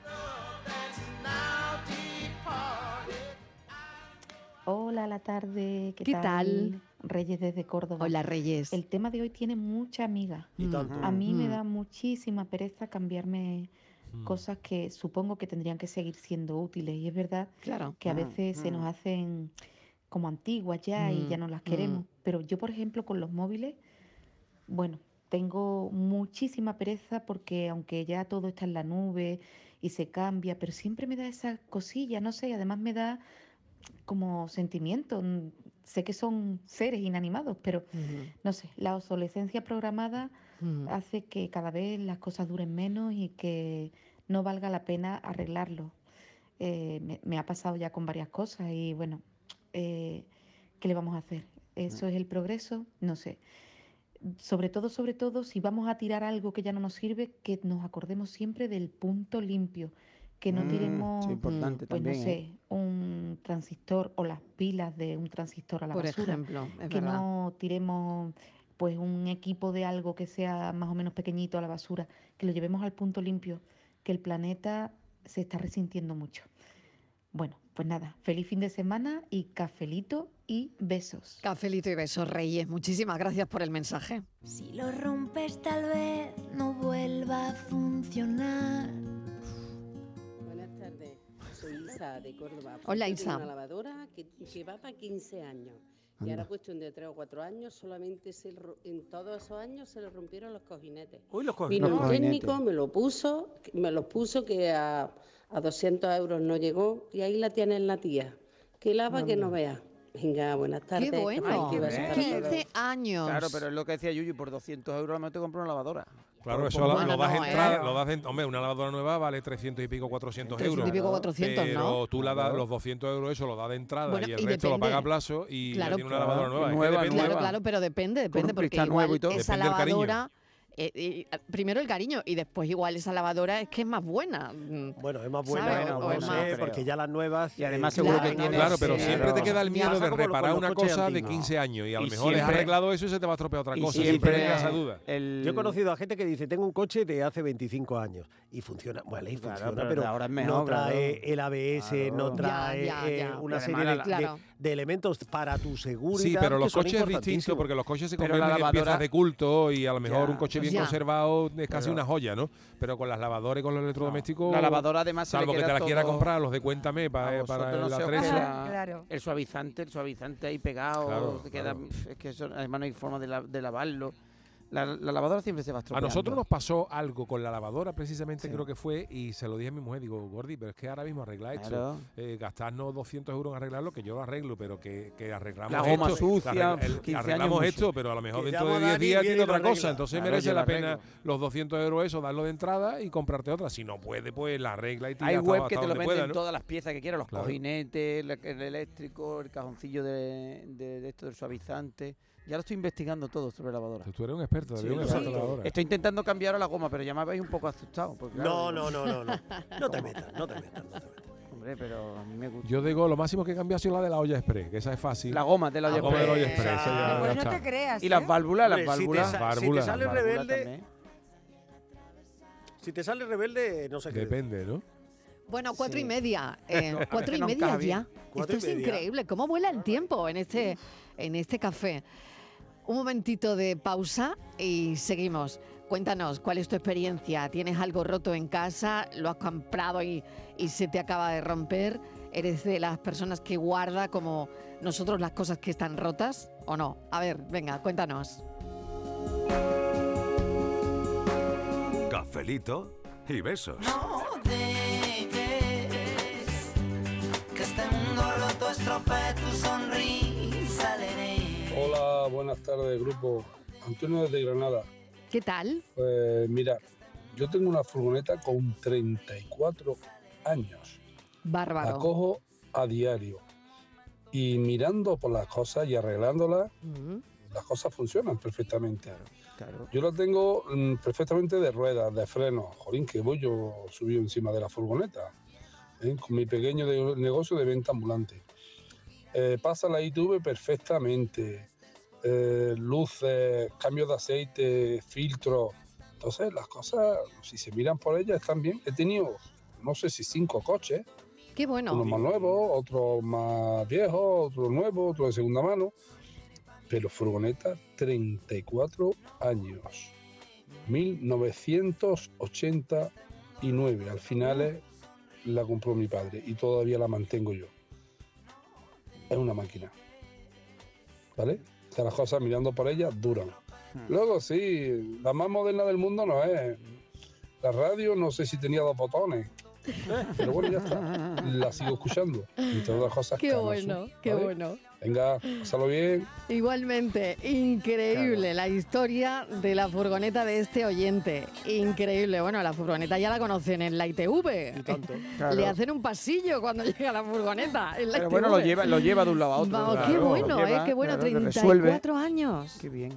Hola, la tarde. ¿Qué, ¿Qué tal? Reyes desde Córdoba. Hola, Reyes. El tema de hoy tiene mucha amiga. Y tanto. A mí me Mm. da muchísima pereza cambiarme cosas que supongo que tendrían que seguir siendo útiles. Y es verdad Claro. que a Mm, veces se nos mm. hacen como antiguas ya y ya Mm, no las mm. queremos. Pero yo, por ejemplo, con los móviles, bueno, tengo muchísima pereza porque aunque ya todo está en la nube y se cambia, pero siempre me da esa cosilla, no sé, además me da como sentimiento. mm, Sé que son seres inanimados, pero Ujú, no sé, la obsolescencia programada ujú. hace que cada vez las cosas duren menos y que no valga la pena arreglarlo. Eh, me, me ha pasado ya con varias cosas y bueno, eh, ¿qué le vamos a hacer? ¿Eso es el progreso? No sé. Sobre todo, sobre todo, si vamos a tirar algo que ya no nos sirve, que nos acordemos siempre del punto limpio, que no Mm, tiremos, sí, importante pues no también, sé, ¿eh? un transistor o las pilas de un transistor a la Por basura. ejemplo, es Que verdad. no tiremos pues un equipo de algo que sea más o menos pequeñito a la basura, que lo llevemos al punto limpio, que el planeta se está resintiendo mucho. Bueno, pues nada, feliz fin de semana y cafelito y besos. Cafelito y besos, Reyes. Muchísimas gracias por el mensaje. Si lo rompes tal vez no vuelva a funcionar. Buenas tardes, soy Isa de Córdoba. Hola, Yo Isa. tengo una lavadora que, que va para quince años. Y Anda. ahora cuestión de tres o cuatro años, solamente se, ro- en todos esos años se le rompieron los cojinetes. Uy, los Vino cojinetes. un Los técnico, cojinetes. me lo puso, me los puso que a, a doscientos euros no llegó y ahí la tiene la tía. Que lava que no vea. Venga, buenas tardes. ¡Qué que bueno! hay que besos para todos. quince años. Claro, pero es lo que decía Yuyu, por doscientos euros a lo mejor te compro una lavadora. Claro, Por- eso por- lo, Bueno, lo das no, entrada, ¿eh? lo das en- hombre, una lavadora nueva vale trescientos y pico, cuatrocientos trescientos euros. y pico, cuatrocientos, Pero ¿no? tú la das, Claro. los doscientos euros, eso lo das de entrada Bueno, y el y resto lo depende. paga a plazo y Claro, ya tiene una claro. lavadora nueva. Es que Nueva, depende. Claro, nueva. claro, pero depende, depende, un porque cristal igual nuevo y todo. esa Depende del cariño. lavadora, eh, eh, primero el cariño y después igual esa lavadora es que es más buena. Mm, Bueno, es más ¿Sabes? buena, O no es sé, más- porque ya las nuevas... Y además eh, seguro Claro, que no, tiene... Claro, pero Sí, siempre te pero- queda el miedo Pasa de como lo- reparar con los una coches cosa de antiguos. quince años y a lo Y mejor has siempre- arreglado eso y se te va a estropear otra Y cosa. siempre Siempre tienes esa duda. el- Yo he conocido a gente que dice, tengo un coche de hace veinticinco años y funciona, bueno, y Claro, funciona, pero pero, de ahora es no mejor, trae claro. el A B S, Claro. no trae Ya, ya, eh, ya. una Y serie además de, la- de- Claro. de elementos para tu seguridad. Sí, pero que los son coches es distinto importantísimos. porque los coches se Pero convierten la en lavadora- piezas de culto y a lo mejor Ya, un coche eso bien Ya. conservado es casi Pero- una joya, ¿no? Pero con las lavadoras y con los electrodomésticos... La lavadora además se le salvo que te queda la quiera todo- comprar, los de Cuéntame, A para, vosotros para no la se os trece. queda Claro. el suavizante, el suavizante ahí pegado, Claro, te queda- claro. es que eso, además no hay forma de, la- de lavarlo. La, la lavadora siempre se va A estropeando. nosotros nos pasó algo con la lavadora, precisamente Sí. creo que fue, y se lo dije a mi mujer, digo, Gordi, pero es que ahora mismo arreglar esto, Claro. eh, gastarnos doscientos euros en arreglarlo, que yo lo arreglo, pero que, que arreglamos La goma esto, sucia, que arregla- el- quince arreglamos años esto, mucho. pero a lo mejor Que dentro llamo de a diez Dani, días viene tiene y lo otra cosa, arregla. entonces Claro, merece yo la lo pena arreglo. los doscientos euros eso, darlo de entrada y comprarte otra. Si no puede, pues la arregla y tira Hay hasta- web hasta que te lo donde venden pueda, ¿no? todas las piezas que quieras, los Claro. cojinetes, el, el eléctrico, el cajoncillo de, de- de esto del suavizante. Ya lo estoy investigando todo sobre lavadora. Tú eres un experto, Sí, eres un sí. experto en lavadora. Estoy intentando cambiar ahora la goma, pero ya me habéis un poco asustado. porque, claro, No, digo, no, no, no, no. No te metas, no te metas, no te metas. Hombre, pero a mí me gusta. Yo digo, lo máximo que he cambiado ha sido la de la olla express, que esa es fácil. La goma de la La olla goma de la olla express. express, esa ya- Pues ya no está. te creas. Y las ¿eh? válvulas, las Hombre, si te válvulas. sa- si te Válvulas. sale Las válvulas rebelde, también. si te sale rebelde, no sé qué. Depende, ¿no? Bueno, cuatro Sí. y media. eh, No, cuatro es y que no media cabe. ya. Cuatro Esto y es media. increíble. ¿Cómo vuela el tiempo en este, en este café? Un momentito de pausa y seguimos. Cuéntanos, ¿cuál es tu experiencia? ¿Tienes algo roto en casa? ¿Lo has comprado y, y se te acaba de romper? ¿Eres de las personas que guarda como nosotros las cosas que están rotas o no? A ver, venga, cuéntanos. Cafelito y besos. No dejes que este mundo roto estropee tu sonrisa, Lene. Hola, buenas tardes, grupo. Antonio desde Granada. ¿Qué tal? Pues mira, yo tengo una furgoneta con treinta y cuatro años. La Bárbaro. cojo a diario. Y mirando por las cosas y arreglándolas, Mm. las cosas funcionan perfectamente. Claro. Yo la tengo mm, perfectamente de ruedas, de frenos. Jolín, que voy yo subido encima de la furgoneta. ¿eh? Con mi pequeño de- negocio de venta ambulante. Eh, pasa la I T V perfectamente. Eh, luces, cambio de aceite, filtro. Entonces las cosas, si se miran por ellas, están bien. He tenido, no sé si cinco coches. Qué bueno. Unos más nuevos, otros más viejos, otros nuevos, otros de segunda mano. Pero furgoneta, treinta y cuatro años. mil novecientos ochenta y nueve. Al final eh, la compró mi padre y todavía la mantengo yo. Es una máquina. ¿Vale? O sea, las cosas mirando por ellas duran. Luego sí, la más moderna del mundo no es. La radio no sé si tenía dos botones. Pero bueno, ya está. La sigo escuchando. Entre otras cosas. Qué Canal bueno, Sur, qué ¿vale? bueno. Venga, pásalo bien. Igualmente, increíble la historia de la furgoneta de este oyente. Increíble. Bueno, la furgoneta ya la conocen en la I T V. Y tanto. Claro. Le hacen un pasillo cuando llega la furgoneta. En la Pero I T V. bueno, lo lleva, lo lleva de un lado a otro. Vamos, Claro, qué lo bueno, lleva, ¿eh? Qué bueno, claro, que treinta y resuelve. cuatro años. Qué bien.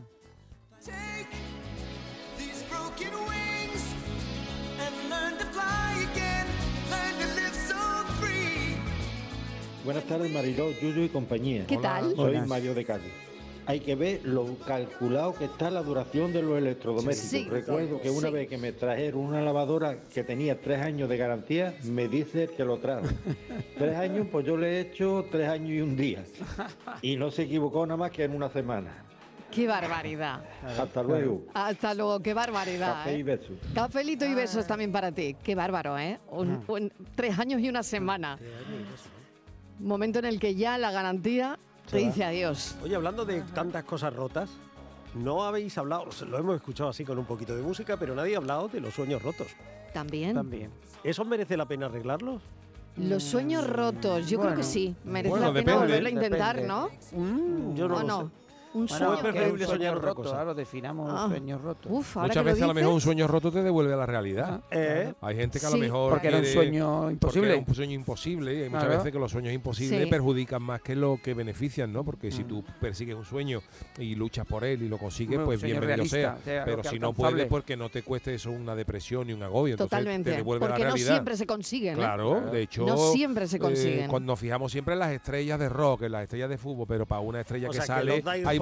These broken wings and learn to fly again, learn to live so free. Buenas tardes, Mariló, Yuyu y compañía. ¿Qué tal? Soy Buenas. Mario de Cádiz. Hay que ver lo calculado que está la duración de los electrodomésticos. Sí. Recuerdo que una Sí. vez que me trajeron una lavadora que tenía tres años de garantía, me dice el que lo trajo. tres años, pues yo le he hecho tres años y un día. Y no se equivocó nada más que en una semana. Qué barbaridad. Hasta luego. Hasta luego, qué barbaridad. Café y ¿eh? besos. Cafelito y besos también para ti. Qué bárbaro, ¿eh? Un- un- tres años y una semana. Momento en el que ya la garantía te Se va. dice adiós. Oye, hablando de tantas cosas rotas, no habéis hablado, lo hemos escuchado así con un poquito de música, pero nadie ha hablado de los sueños rotos. También. También. ¿Eso merece la pena arreglarlos? Los sueños rotos, yo creo que Bueno. sí. Merece Bueno, la pena depende. volverlo a intentar, Depende. ¿no? Mm, yo no ¿O lo no? sé. Un Bueno, sueño es preferible que- soñar otra roto, cosa. Ahora definamos Ah. sueños rotos. Uf, ahora Muchas que lo veces a lo mejor un dices, sueño roto te devuelve a la realidad. ¿Eh? Hay gente que a Sí. lo mejor Porque era un quiere- sueño porque imposible. era un sueño imposible y hay muchas Claro. veces que los sueños imposibles Sí. perjudican más que lo que benefician, ¿no? Porque si Mm. tú persigues un sueño y luchas por él y lo consigues, Hombre, un pues sueño bienvenido sea. realista, o sea, Pero algo que si no alcanzable. puedes, porque no te cueste eso una depresión y un agobio. Entonces totalmente. te devuelve a la Porque no realidad. siempre se consiguen. ¿eh? Claro, de hecho, No siempre se eh, consiguen. cuando nos fijamos siempre en las estrellas de rock, en las estrellas de fútbol, pero para una estrella O que sea, que sale los dais hay por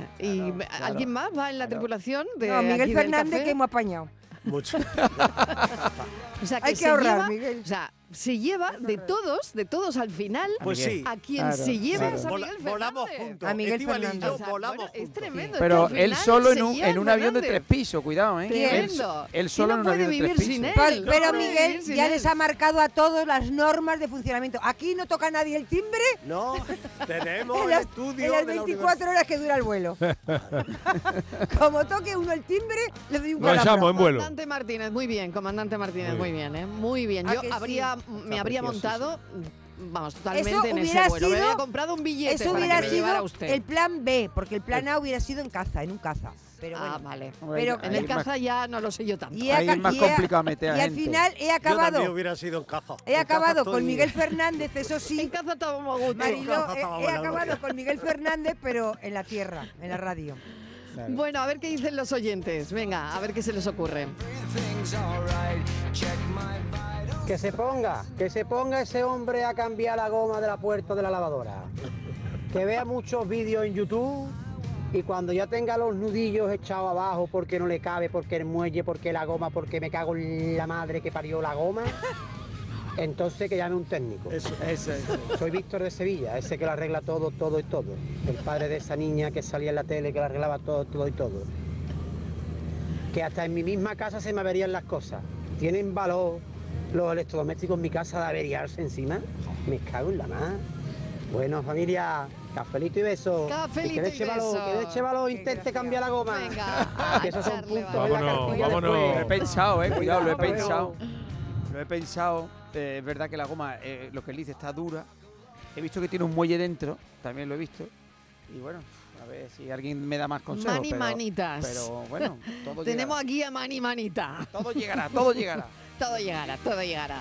¿Y claro. alguien más va en la tripulación de No, Miguel aquí del Fernández café? que hemos apañado. Mucho. O sea, que Hay que se ahorrar, lleva- Miguel. O sea, se lleva de todos, de todos al final, Pues sí. a quien Claro, se lleva claro. es a Vola- Miguel volamos Fernández. juntos. A Miguel Estíbaliz y Fernández. yo O sea, volamos bueno, es juntos. tremendo. Pero es que al él final solo en se un, lleva en un avión de Fernández. tres pisos, cuidado, ¿eh? Él, Tremendo. él Y solo no en un puede avión de tres vivir sin pisos. él. Pero, no pero puede Miguel vivir sin ya él. les ha marcado a todos las normas de funcionamiento. Aquí no toca a nadie el timbre No, tenemos en el las, estudio en las de la veinticuatro horas que dura el vuelo. Como toque uno el timbre, le doy un Lo calambrón. echamos en vuelo. Comandante Martínez, muy bien, comandante Martínez, Muy muy bien, ¿eh? Muy bien. ¿A Yo que sí? habría, me habría montado, vamos, totalmente en ese hubiera vuelo. Me sido- habría comprado un billete Eso para hubiera que me llevara sido usted. el plan B, porque el plan A hubiera sido en caza, en un caza. Pero Ah, bueno. vale. Pero En el caza ya no lo sé yo tanto. Y he Ahí es aca- más y he- complicado meter a Y al gente. final he Yo también acabado, hubiera sido en caza. he En caza acabado con estoy- Miguel Fernández, eso En sí. caza estábamos a gusto. Mariló, caza he, estaba he volando. acabado con Miguel Fernández, pero en la tierra, en la radio. Bueno, a ver qué dicen los oyentes. Venga, a ver qué se les ocurre. Que se ponga, que se ponga ese hombre a cambiar la goma de la puerta de la lavadora. Que vea muchos vídeos en YouTube y cuando ya tenga los nudillos echados abajo porque no le cabe, porque el muelle, porque la goma, porque me cago en la madre que parió la goma, entonces que llame un técnico. Eso, eso, eso. Soy Víctor de Sevilla, ese que lo arregla todo, todo y todo. El padre de esa niña que salía en la tele, que lo arreglaba todo, todo y todo. Que hasta en mi misma casa se me averían las cosas. ¿Tienen valor los electrodomésticos en mi casa de averiarse encima? Me cago en la mar. Bueno, familia, cafelito y besos. Cafelito y que le y eche valor, besos. que le eche valor, intente cambiar la goma. Venga, que esos son echarle puntos valor. en la Vámonos, cartilla vámonos. Lo he después. pensado, eh, cuidado, lo he Hasta luego. pensado. Lo he pensado. Eh, es verdad que la goma, eh, lo que él dice, está dura. He visto que tiene un muelle dentro, también lo he visto. Y bueno, a ver si alguien me da más consejos. Mani pero, manitas. Pero bueno, todo Tenemos llegará. aquí a Mani Manita. Todo llegará, todo llegará. Todo llegará, todo llegará.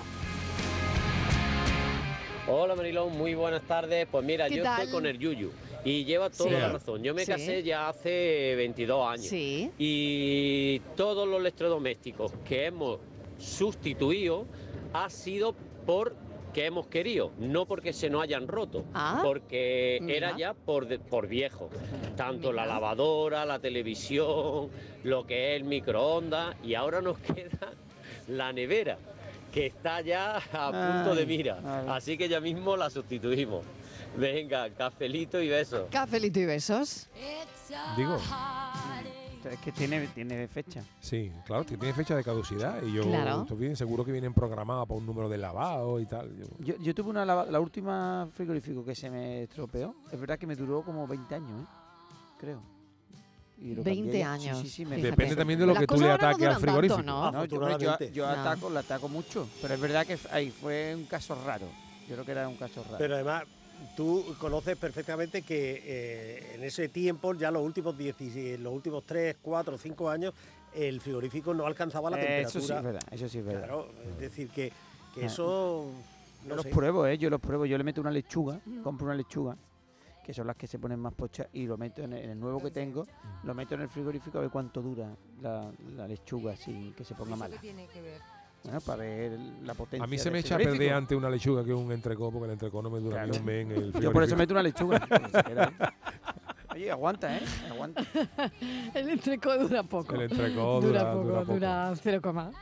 Hola Marilón, muy buenas tardes. Pues mira, ¿Qué yo tal? estoy con el Yuyu y lleva toda Sí. la razón. Yo me Sí. casé ya hace veintidós años Sí. y todos los electrodomésticos que hemos sustituido ha sido porque hemos querido, no porque se nos hayan roto, Ah, porque mira. era ya por, de- por viejo. Tanto la Mira. lavadora, la televisión, lo que es el microondas y ahora nos queda la nevera, que está ya a punto de Ay, mira. ay. Así que ya mismo la sustituimos. Venga, cafelito y besos. Cafelito y besos. Digo, Es que tiene, tiene fecha. sí, claro, que tiene fecha de caducidad y yo Claro. estoy bien seguro que vienen programadas para un número de lavado y tal. Yo- Yo, yo tuve una lava- la última frigorífico que se me estropeó. Es verdad que me duró como veinte años, ¿eh? Creo. Y lo cambié veinte ya. años. Sí, sí, sí, me- Fíjate. Depende también de lo Las que tú cosas le ahora no ataques al duran tanto, frigorífico. ¿no? No, yo, yo, Afortunadamente. yo No. ataco, la ataco mucho. Pero es verdad que f- ahí fue un caso raro. Yo creo que era un caso raro. Pero además, tú conoces perfectamente que eh, en ese tiempo, ya los últimos diez, los últimos tres, cuatro, cinco años, el frigorífico no alcanzaba la Eh, temperatura. eso sí es verdad, eso sí es verdad. Claro, es decir, que, que Ah. eso... Yo No los sé. pruebo, ¿eh? Yo los pruebo. Yo le meto una lechuga, compro una lechuga, que son las que se ponen más pochas, y lo meto en el, en el nuevo que tengo, lo meto en el frigorífico a ver cuánto dura la, la lechuga sin que se ponga mala. tiene que ver? Bueno, para ver la potencia. A mí se del me echa a perder frigorífico. antes una lechuga que un entrecó, porque el entrecó no me dura ni Claro. un mes en el frigorífico. Yo por eso meto una lechuga. que se queda ahí. Oye, aguanta, ¿eh? Aguanta. El entrecó dura poco. El entrecó dura- poco, dura poco. dura cero coma.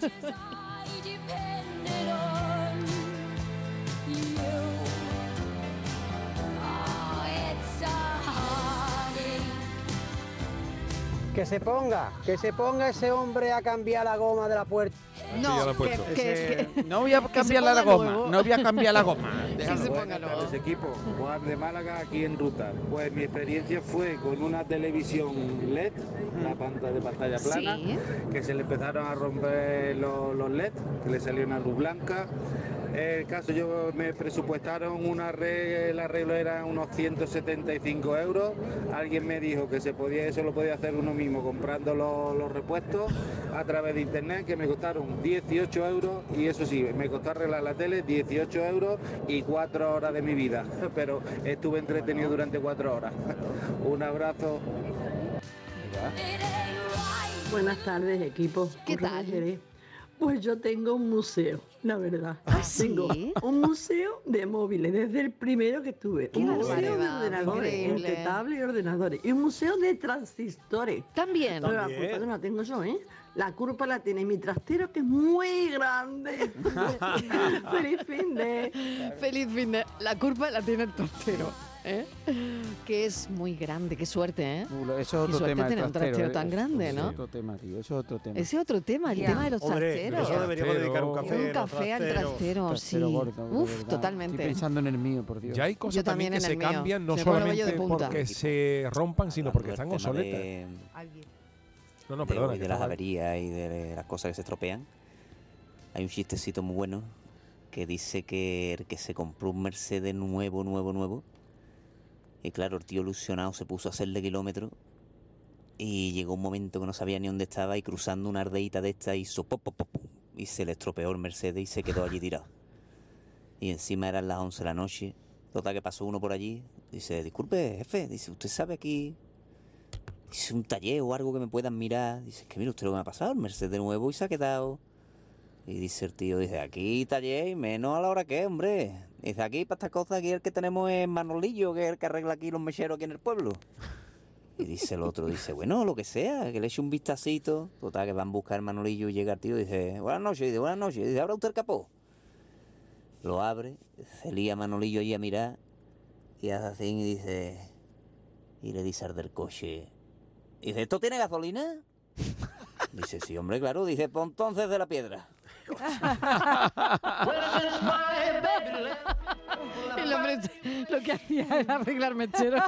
Que se ponga, que se ponga ese hombre a cambiar la goma de la puerta. Sí, ya lo he puesto. que, que- Ese- No voy a cambiar la ponga goma. nuevo. No voy a cambiar la goma. que Déjalo. se ponga Buenas nuevo. tardes, equipo. Juan de Málaga, aquí en ruta. Pues mi experiencia fue con una televisión L E D, la pantalla de pantalla plana, Sí. que se le empezaron a romper los, los L E D, que le salió una luz blanca. El caso, yo me presupuestaron una arreglo, el arreglo era unos ciento setenta y cinco euros. Alguien me dijo que se podía, eso lo podía hacer uno mismo comprando los, los repuestos a través de internet, que me costaron dieciocho euros, y eso sí, me costó arreglar la tele dieciocho euros y cuatro horas de mi vida, pero estuve entretenido durante cuatro horas. Un abrazo. Mira. Buenas tardes, equipo. ¿Qué Urra de tal? Jerez. Pues yo tengo un museo, la verdad. ¿Ah, Tengo sí? un museo de móviles, desde el primero que tuve. Un museo de barbaridad, ordenadores, increíble. entre tablets y ordenadores. Y un museo de transistores. También. Pero la También. culpa no la tengo yo, ¿eh? La culpa la tiene mi trastero, que es muy grande. ¡Feliz fin de! Feliz fin de... La culpa la tiene el trastero, ¿eh? Que es muy grande, qué suerte, ¿eh? Uh, Eso es Qué otro suerte tema. el tener un trastero ¿eh? tan grande, Eso ¿no? es otro tema, tío. Eso es otro tema. Ese otro tema, el Ya. tema de los Hombre, trasteros. eso deberíamos dedicar un café. Un a los café al trasteros. trastero, Trastero sí. gordo, de Uf, verdad. totalmente. Estoy pensando en el mío, por Dios. Ya hay cosas Yo también también que en se el mío. cambian no Se pone el vello de solamente punta. porque se rompan, sino porque están Hablando del tema obsoletas. de- Alguien. No, no, de perdona. hoy, que de las estaba- averías y de las cosas que se estropean. Hay un chistecito muy bueno que dice que el que se compró un Mercedes nuevo, nuevo, nuevo, y claro, el tío ilusionado se puso a hacerle kilómetros y llegó un momento que no sabía ni dónde estaba y cruzando una ardeita de esta hizo pop, pop, pop, pop, y se le estropeó el Mercedes y se quedó allí tirado. Y encima eran las once de la noche. Total que pasó uno por allí, dice, disculpe, jefe, dice, ¿usted sabe aquí? Dice, un taller o algo que me puedan mirar. Dice, que mira usted lo que me ha pasado, el Mercedes nuevo y se ha quedado. Y dice el tío, dice, aquí taller y menos a la hora que, hombre. Dice, aquí para estas cosas aquí el que tenemos es Manolillo, que es el que arregla aquí los mecheros aquí en el pueblo. Y dice el otro, dice, bueno, lo que sea, que le eche un vistacito. Total, que van a buscar Manolillo y llega el tío y dice, buenas noches, dice, buenas noches. Dice, ¿abra usted el capó? Lo abre, se lía Manolillo allí a mirar y hace así y dice, y le dice al del coche, dice, ¿esto tiene gasolina? Dice, sí, hombre, claro. Dice, pues entonces de la piedra. El hombre lo que hacía era arreglar mecheros.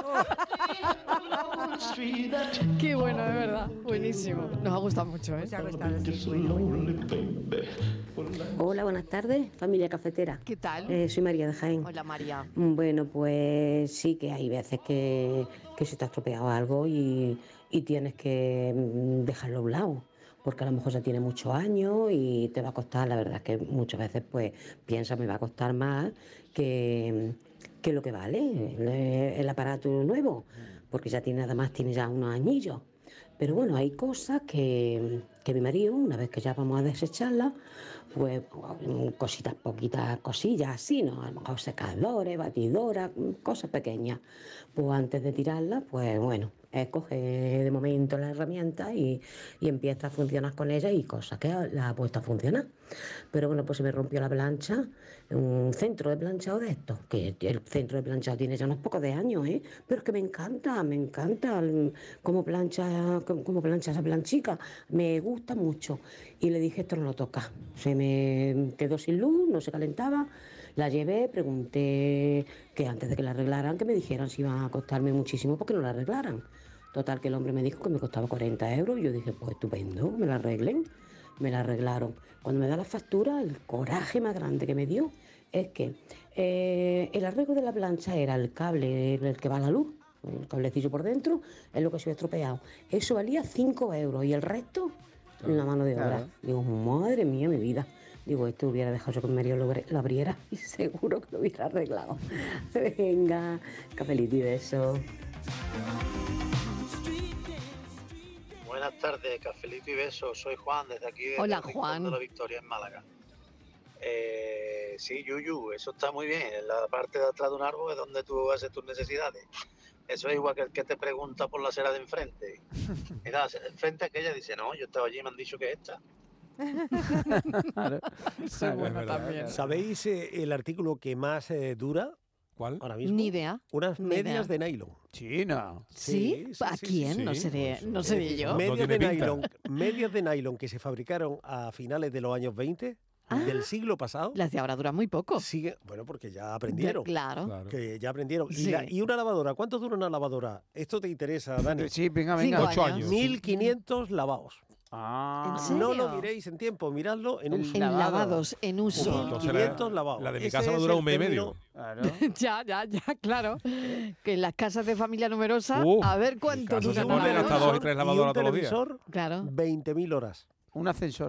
Qué bueno, de verdad. Buenísimo. Nos ha gustado mucho, ¿eh? Se ha gustado, sí, bueno, bueno. Hola, buenas tardes, familia cafetera. ¿Qué tal? Eh, soy María de Jaén. Hola, María. Bueno, pues sí que hay veces que, que se te ha estropeado algo y, y tienes que mm, dejarlo a un lado, porque a lo mejor ya tiene muchos años y te va a costar, la verdad es que muchas veces pues piensas me va a costar más que, que lo que vale el, el aparato nuevo, porque ya tiene, además tiene ya unos añillos. Pero bueno, hay cosas que, que mi marido, una vez que ya vamos a desecharlas, pues cositas, poquitas cosillas así, ¿no? A lo mejor secadores, batidoras, cosas pequeñas. Pues antes de tirarlas, pues bueno, eh, coge de momento la herramienta y, y empieza a funcionar con ella y cosas que la ha puesto a funcionar. Pero bueno, pues se me rompió la plancha, un centro de planchado de estos, que el centro de planchado tiene ya unos pocos de años, ¿eh? Pero es que me encanta, me encanta el- cómo plancha, cómo, cómo plancha esa planchica, me gusta mucho. Y le dije, esto no lo toca. Se me quedó sin luz, no se calentaba. La llevé, pregunté que antes de que la arreglaran, que me dijeran si iba a costarme muchísimo porque no la arreglaran. Total, que el hombre me dijo que me costaba cuarenta euros. Y yo dije, pues estupendo, me la arreglen. Me la arreglaron. Cuando me da la factura, el coraje más grande que me dio es que eh, el arreglo de la plancha era el cable el que va a la luz, el cablecillo por dentro, es lo que se había estropeado. Eso valía cinco euros y el resto, una mano de obra. Claro. Digo, madre mía, mi vida. Digo, esto hubiera dejado yo que mi marido lo, abri- lo abriera y seguro que lo hubiera arreglado. Venga, cafelito y beso. Buenas tardes, cafelito y besos. Soy Juan, desde aquí, desde Hola, el Rincón Juan. de la Victoria, en Málaga. Eh, sí, Yuyu, eso está muy bien. En la parte de atrás de un árbol es donde tú haces tus necesidades. Eso es igual que el que te pregunta por la acera de enfrente. Mira, enfrente aquella dice, no, yo estaba allí y me han dicho que esta. Claro. Sí, Claro, bueno, es verdad, también. claro. ¿Sabéis eh, el artículo que más eh, dura? ¿Cuál? Ahora mismo. Ni idea. Unas Ni medias idea. de nylon. Sí, no. ¿Sí? ¿A quién? No seré, no seré yo. Medias tiene de pinta. nylon, medias de nylon que se fabricaron a finales de los años veinte del siglo pasado. Las de ahora duran muy poco. Sigue, bueno, porque ya aprendieron. Ya, claro. Claro. Que ya aprendieron. Y, Sí. la- y una lavadora, ¿cuánto dura una lavadora? Esto te interesa, Dani. Sí, venga, venga. Cinco Ocho años. años. mil quinientos lavados. Ah, ¿En serio? No lo miréis en tiempo, miradlo en El uso. En lavado. lavados, en uso. Entonces, mil quinientos la- lavados. la de mi Ese casa me es dura el un mes y término- medio. claro. Ya, ya, ya, claro. Que en las casas de familia numerosa, Uh, a ver cuánto casa dura se una ponen hasta lavadora. dos y tres lavadoras un todos los días. televisor, Claro. veinte mil horas. Un ascensor.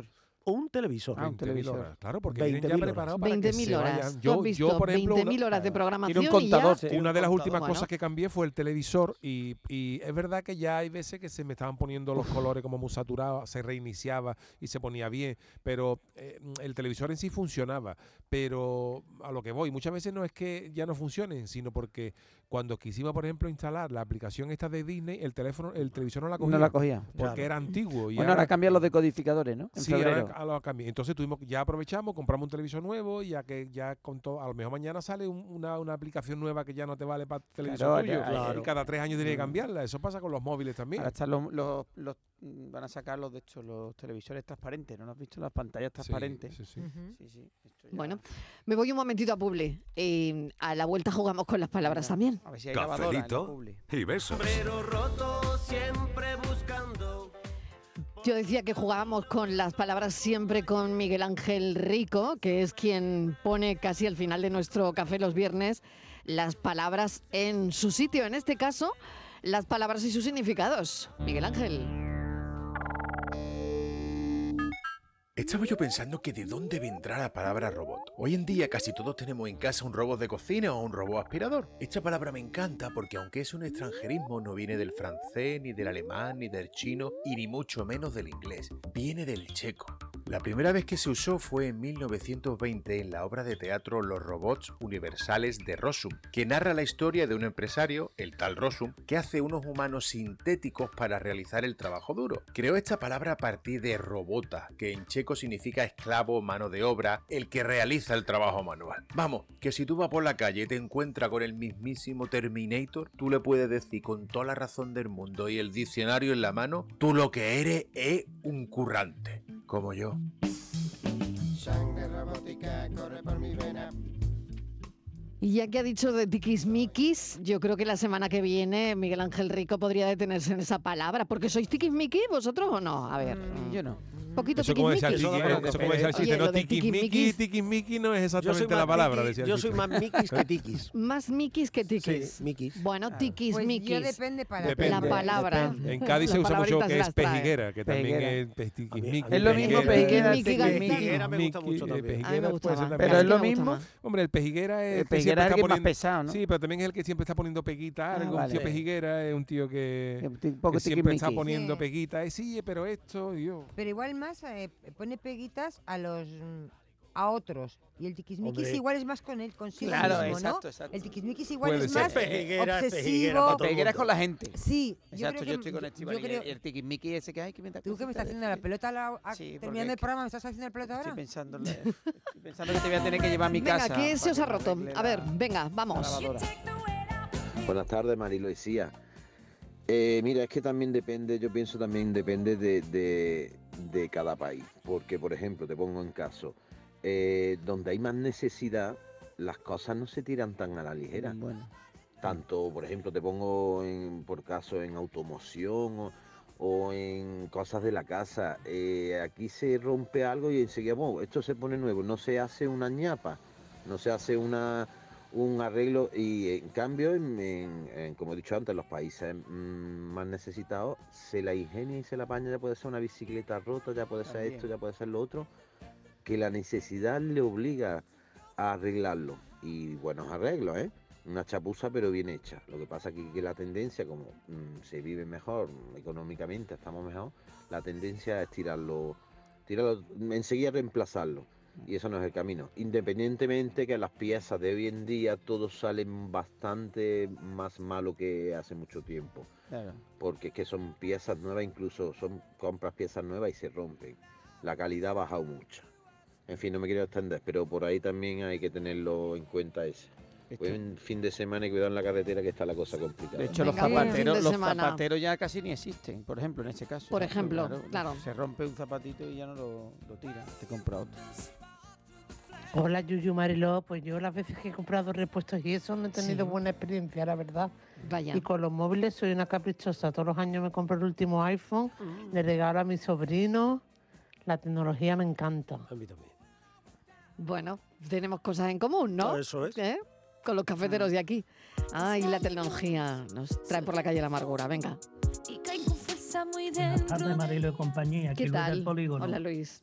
o un televisor. Ah, un televisor. Horas, claro, porque vienen ya preparados para que veinte mil se horas. vayan. Yo, Yo, visto yo, por ejemplo, veinte mil una- horas de programación Tiene un contador. y ya... Una de las últimas Bueno. cosas que cambié fue el televisor y, y es verdad que ya hay veces que se me estaban poniendo los colores como muy saturados, se reiniciaba y se ponía bien, pero eh, el televisor en sí funcionaba. Pero a lo que voy, muchas veces no es que ya no funcionen, sino porque cuando quisimos, por ejemplo, instalar la aplicación esta de Disney, el teléfono, el televisor no la cogía. No la cogía. Porque Claro. era antiguo. Y Bueno, ahora cambian los decodificadores, ¿no? En Sí, febrero. ahora, ahora lo cambié. Entonces tuvimos, ya aprovechamos, compramos un televisor nuevo, ya que ya con todo, a lo mejor mañana sale un- una, una aplicación nueva que ya no te vale para el televisor Claro, tuyo. ya, claro. Y cada tres años tienes que Mm. cambiarla. Eso pasa con los móviles también. Ahora están los, los, los- van a sacar los de hecho los televisores transparentes, ¿no? ¿No has visto las pantallas transparentes? Sí, sí. Ujú. Sí, sí, esto ya- Bueno, me voy un momentito a Publi. Eh, a la vuelta jugamos con las palabras también. A ver si hay lavadora en la Cafelito Publi. y besos. Sombrero roto, siempre buscando. Yo decía que jugábamos con las palabras siempre con Miguel Ángel Rico, que es quien pone casi al final de nuestro café los viernes las palabras en su sitio. En este caso, las palabras y sus significados. Miguel Ángel. Estaba yo pensando que de dónde vendrá la palabra robot. Hoy en día casi todos tenemos en casa un robot de cocina o un robot aspirador. Esta palabra me encanta porque aunque es un extranjerismo no viene del francés, ni del alemán, ni del chino y ni mucho menos del inglés. Viene del checo. La primera vez que se usó fue en mil novecientos veinte en la obra de teatro Los robots universales de Rossum, que narra la historia de un empresario, el tal Rossum, que hace unos humanos sintéticos para realizar el trabajo duro. Creó esta palabra a partir de robota, que en checo significa esclavo, mano de obra, el que realiza el trabajo manual. Vamos, que si tú vas por la calle y te encuentras con el mismísimo Terminator, tú le puedes decir con toda la razón del mundo y el diccionario en la mano, tú lo que eres es un currante, como yo. Sangre robótica corre por mi vena. Y ya que ha dicho de tiquismiquis, yo creo que la semana que viene Miguel Ángel Rico podría detenerse en esa palabra. Porque sois tiquismiquis vosotros o no. A ver. Yo no. Poquito Eso como decía el tiquismiquis. chiqui- eso como decía el chiste, Oye, no lo de tiquismiquis, tiquismiquis- tiquismiquis no es Yo soy exactamente más la palabra. miquis- decía el yo soy chico. más miquis que tiquis. Más miquis que tiquis. Sí, miquis. Bueno, Pues tiquismiquis. yo depende para Depende, la palabra. depende. En Cádiz se Las usa mucho palabritas que se es las trae. pejiguera, que también Pejiguera. es pe- tiquismiquis. Es lo mismo pejiguera, Tiquismiquis, tiquismiquis. Pejiguera me gusta Miqui- mucho eh, también. pejiguera A mí me puede gustaba. ser también. Pero es lo me gusta mismo. más. Hombre, el pejiguera es El que pejiguera siempre es está alguien más poniendo... pesado, ¿no? Sí, pero también es el que siempre está poniendo peguita a Ah, algo. vale. Un tío pejiguera es un tío que, Un poco que siempre está tiquismiqui. poniendo Sí. peguita. Eh, sí, pero esto, Dios. Pero igual más eh, pone peguitas a los mm, a otros. Y el tiquismiquis Hombre. igual es más con él, consigo Claro, mismo, exacto, ¿no? exacto. El tiquismiquis igual Puede es ser. más Pejiguera, obsesivo. pejiguera para todo el Pejiguera es mundo. con la gente. Sí, yo Exacto, creo yo que, estoy con yo- Estíbaliz. yo creo- Y el tiquismiqui ese que hay que me da Tú que me estás cositas haciendo la decir. pelota a la- a- Sí, porque terminando es el que- programa, ¿me estás haciendo la pelota ahora? Estoy pensando, estoy pensando que te voy a tener que llevar a mi Venga, casa. ¿qué se para os ha que roto? arregle A ver, la- venga, la vamos. lavadora. Buenas tardes, Marilo y Cía. Eh, mira, es que también depende, yo pienso también depende de, de- de cada país. Porque, por ejemplo, te pongo en caso, eh, donde hay más necesidad, las cosas no se tiran tan a la ligera. Bueno. Tanto, por ejemplo, te pongo en, por caso en automoción o, o en cosas de la casa. Eh, aquí se rompe algo y enseguida, bueno, esto se pone nuevo. No se hace una ñapa, no se hace una un arreglo y en cambio, en, en- en, como he dicho antes, los países mm, más necesitados se la ingenia y se la apaña. Ya puede ser una bicicleta rota, ya puede ser También. esto, ya puede ser lo otro, que la necesidad le obliga a arreglarlo. Y buenos arreglos, ¿eh? Una chapuza pero bien hecha. Lo que pasa que, que la tendencia, como mm, se vive mejor, económicamente estamos mejor, la tendencia es tirarlo, tirarlo, enseguida reemplazarlo. Y eso no es el camino. Independientemente que las piezas de hoy en día todos salen bastante más malo que hace mucho tiempo. Claro. Porque es que son piezas nuevas, incluso son compras piezas nuevas y se rompen. La calidad ha bajado mucho. En fin, no me quiero extender, pero por ahí también hay que tenerlo en cuenta ese. Hoy es un fin de semana y cuidado en la carretera que está la cosa complicada. De hecho, Venga, los bien, fin zapateros, de los semana. zapateros ya casi ni existen, por ejemplo, en ese caso. Por ¿no? ejemplo, claro. Se rompe un zapatito y ya no lo, lo tira, te compra otro. Hola Yuyu Mariló, pues yo las veces que he comprado repuestos y eso no he tenido Sí. buena experiencia, la verdad. Vaya. Y con los móviles soy una caprichosa. Todos los años me compro el último iPhone, le regalo a mis sobrinos. La tecnología me encanta. A mí también. Bueno, tenemos cosas en común, ¿no? Eso es. ¿Eh? Con los cafeteros de aquí. Ay, la tecnología nos trae por la calle la amargura. Venga. Y cae con fuerza muy Buenas dentro. tardes, Marilo y compañía. Aquí ¿Qué Luis del tal? Polígono. Hola, Luis.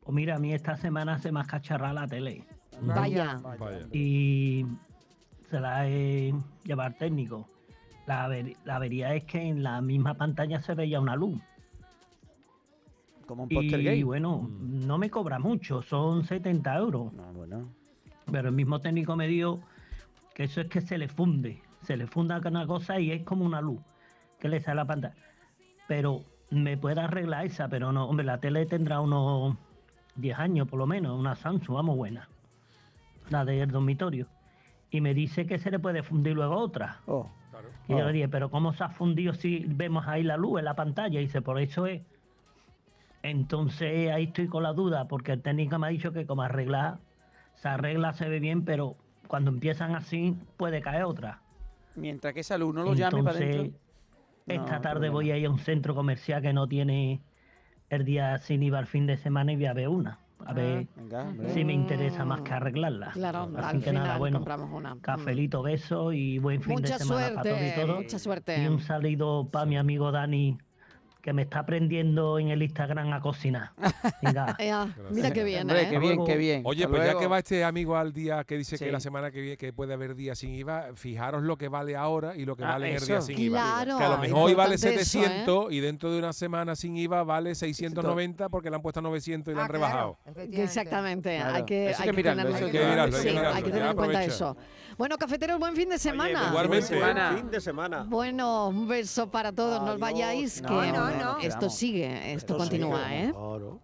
Pues mira, a mí esta semana se me ha cacharrado la tele. Vaya. Vaya. Y se la he llevado al técnico. La, aver- la avería es que en la misma pantalla se veía una luz. Como un Y Poltergeist. bueno, no me cobra mucho, son setenta euros. Ah, bueno. Pero el mismo técnico me dijo que eso es que se le funde. Se le funda con una cosa y es como una luz que le sale a la pantalla. Pero me puede arreglar esa, pero no, hombre, la tele tendrá unos diez años por lo menos, una Samsung, vamos, buena. La del dormitorio. Y me dice que se le puede fundir luego otra. Oh. Y yo Oh. le dije, pero ¿cómo se ha fundido si vemos ahí la luz en la pantalla? Y dice, por eso es. Entonces ahí estoy con la duda, porque el técnico me ha dicho que como arreglar, se arregla, se ve bien, pero cuando empiezan así puede caer otra. Mientras que esa luz no lo llame para Entonces, adentro. esta No, tarde problema. voy a ir a un centro comercial que no tiene el día sin I V A el fin de semana y voy a ver una. A ver Venga, hombre. si me interesa más que arreglarla. Claro, Así al que nada, final bueno, compramos una. cafelito, beso y buen fin Mucha de semana para todos y suerte, todos. mucha suerte. Y un saludo para mi amigo Dani, que me está aprendiendo en el Instagram a cocinar. Venga. Ea, mira qué bien, Hombre, ¿eh? qué bien, qué bien. Oye, Hasta pues ya luego. que va este amigo al día que dice Sí. que la semana que viene que puede haber días sin I V A, fijaros lo que vale ahora y lo que Ah, vale en el eso. día sin I V A. Claro, Que a lo mejor hoy vale importante eso, ¿eh? setecientos y dentro de una semana sin I V A vale seiscientos noventa porque le han puesto novecientos y le Ah, han claro, rebajado. efectivamente. Exactamente, Claro. hay que, Eso hay hay que que mirarlo, tenerlo eso en hay que cuenta. mirarlo, hay que Sí, mirarlo, hay que ya tener en cuenta aprovecha. eso. Bueno, cafeteros, buen fin de semana. Oye, Igualmente. buen Semana. fin de semana. Bueno, un beso para todos. No os Adiós. vayáis, No, que no, no. esto Quedamos. sigue, esto Esto continúa, sigue. ¿eh? Claro.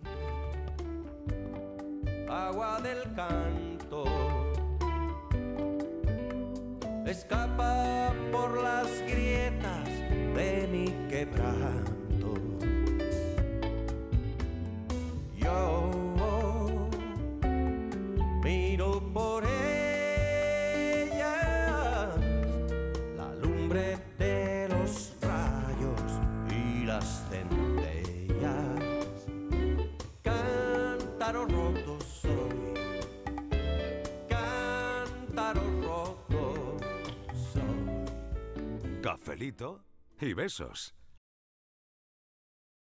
Agua del canto escapa por las grietas de mi quebranto. Yo miro por ellas la lumbre de los rayos y las centellas. Cántaro roto soy, cántaro roto soy. Cafelito y besos.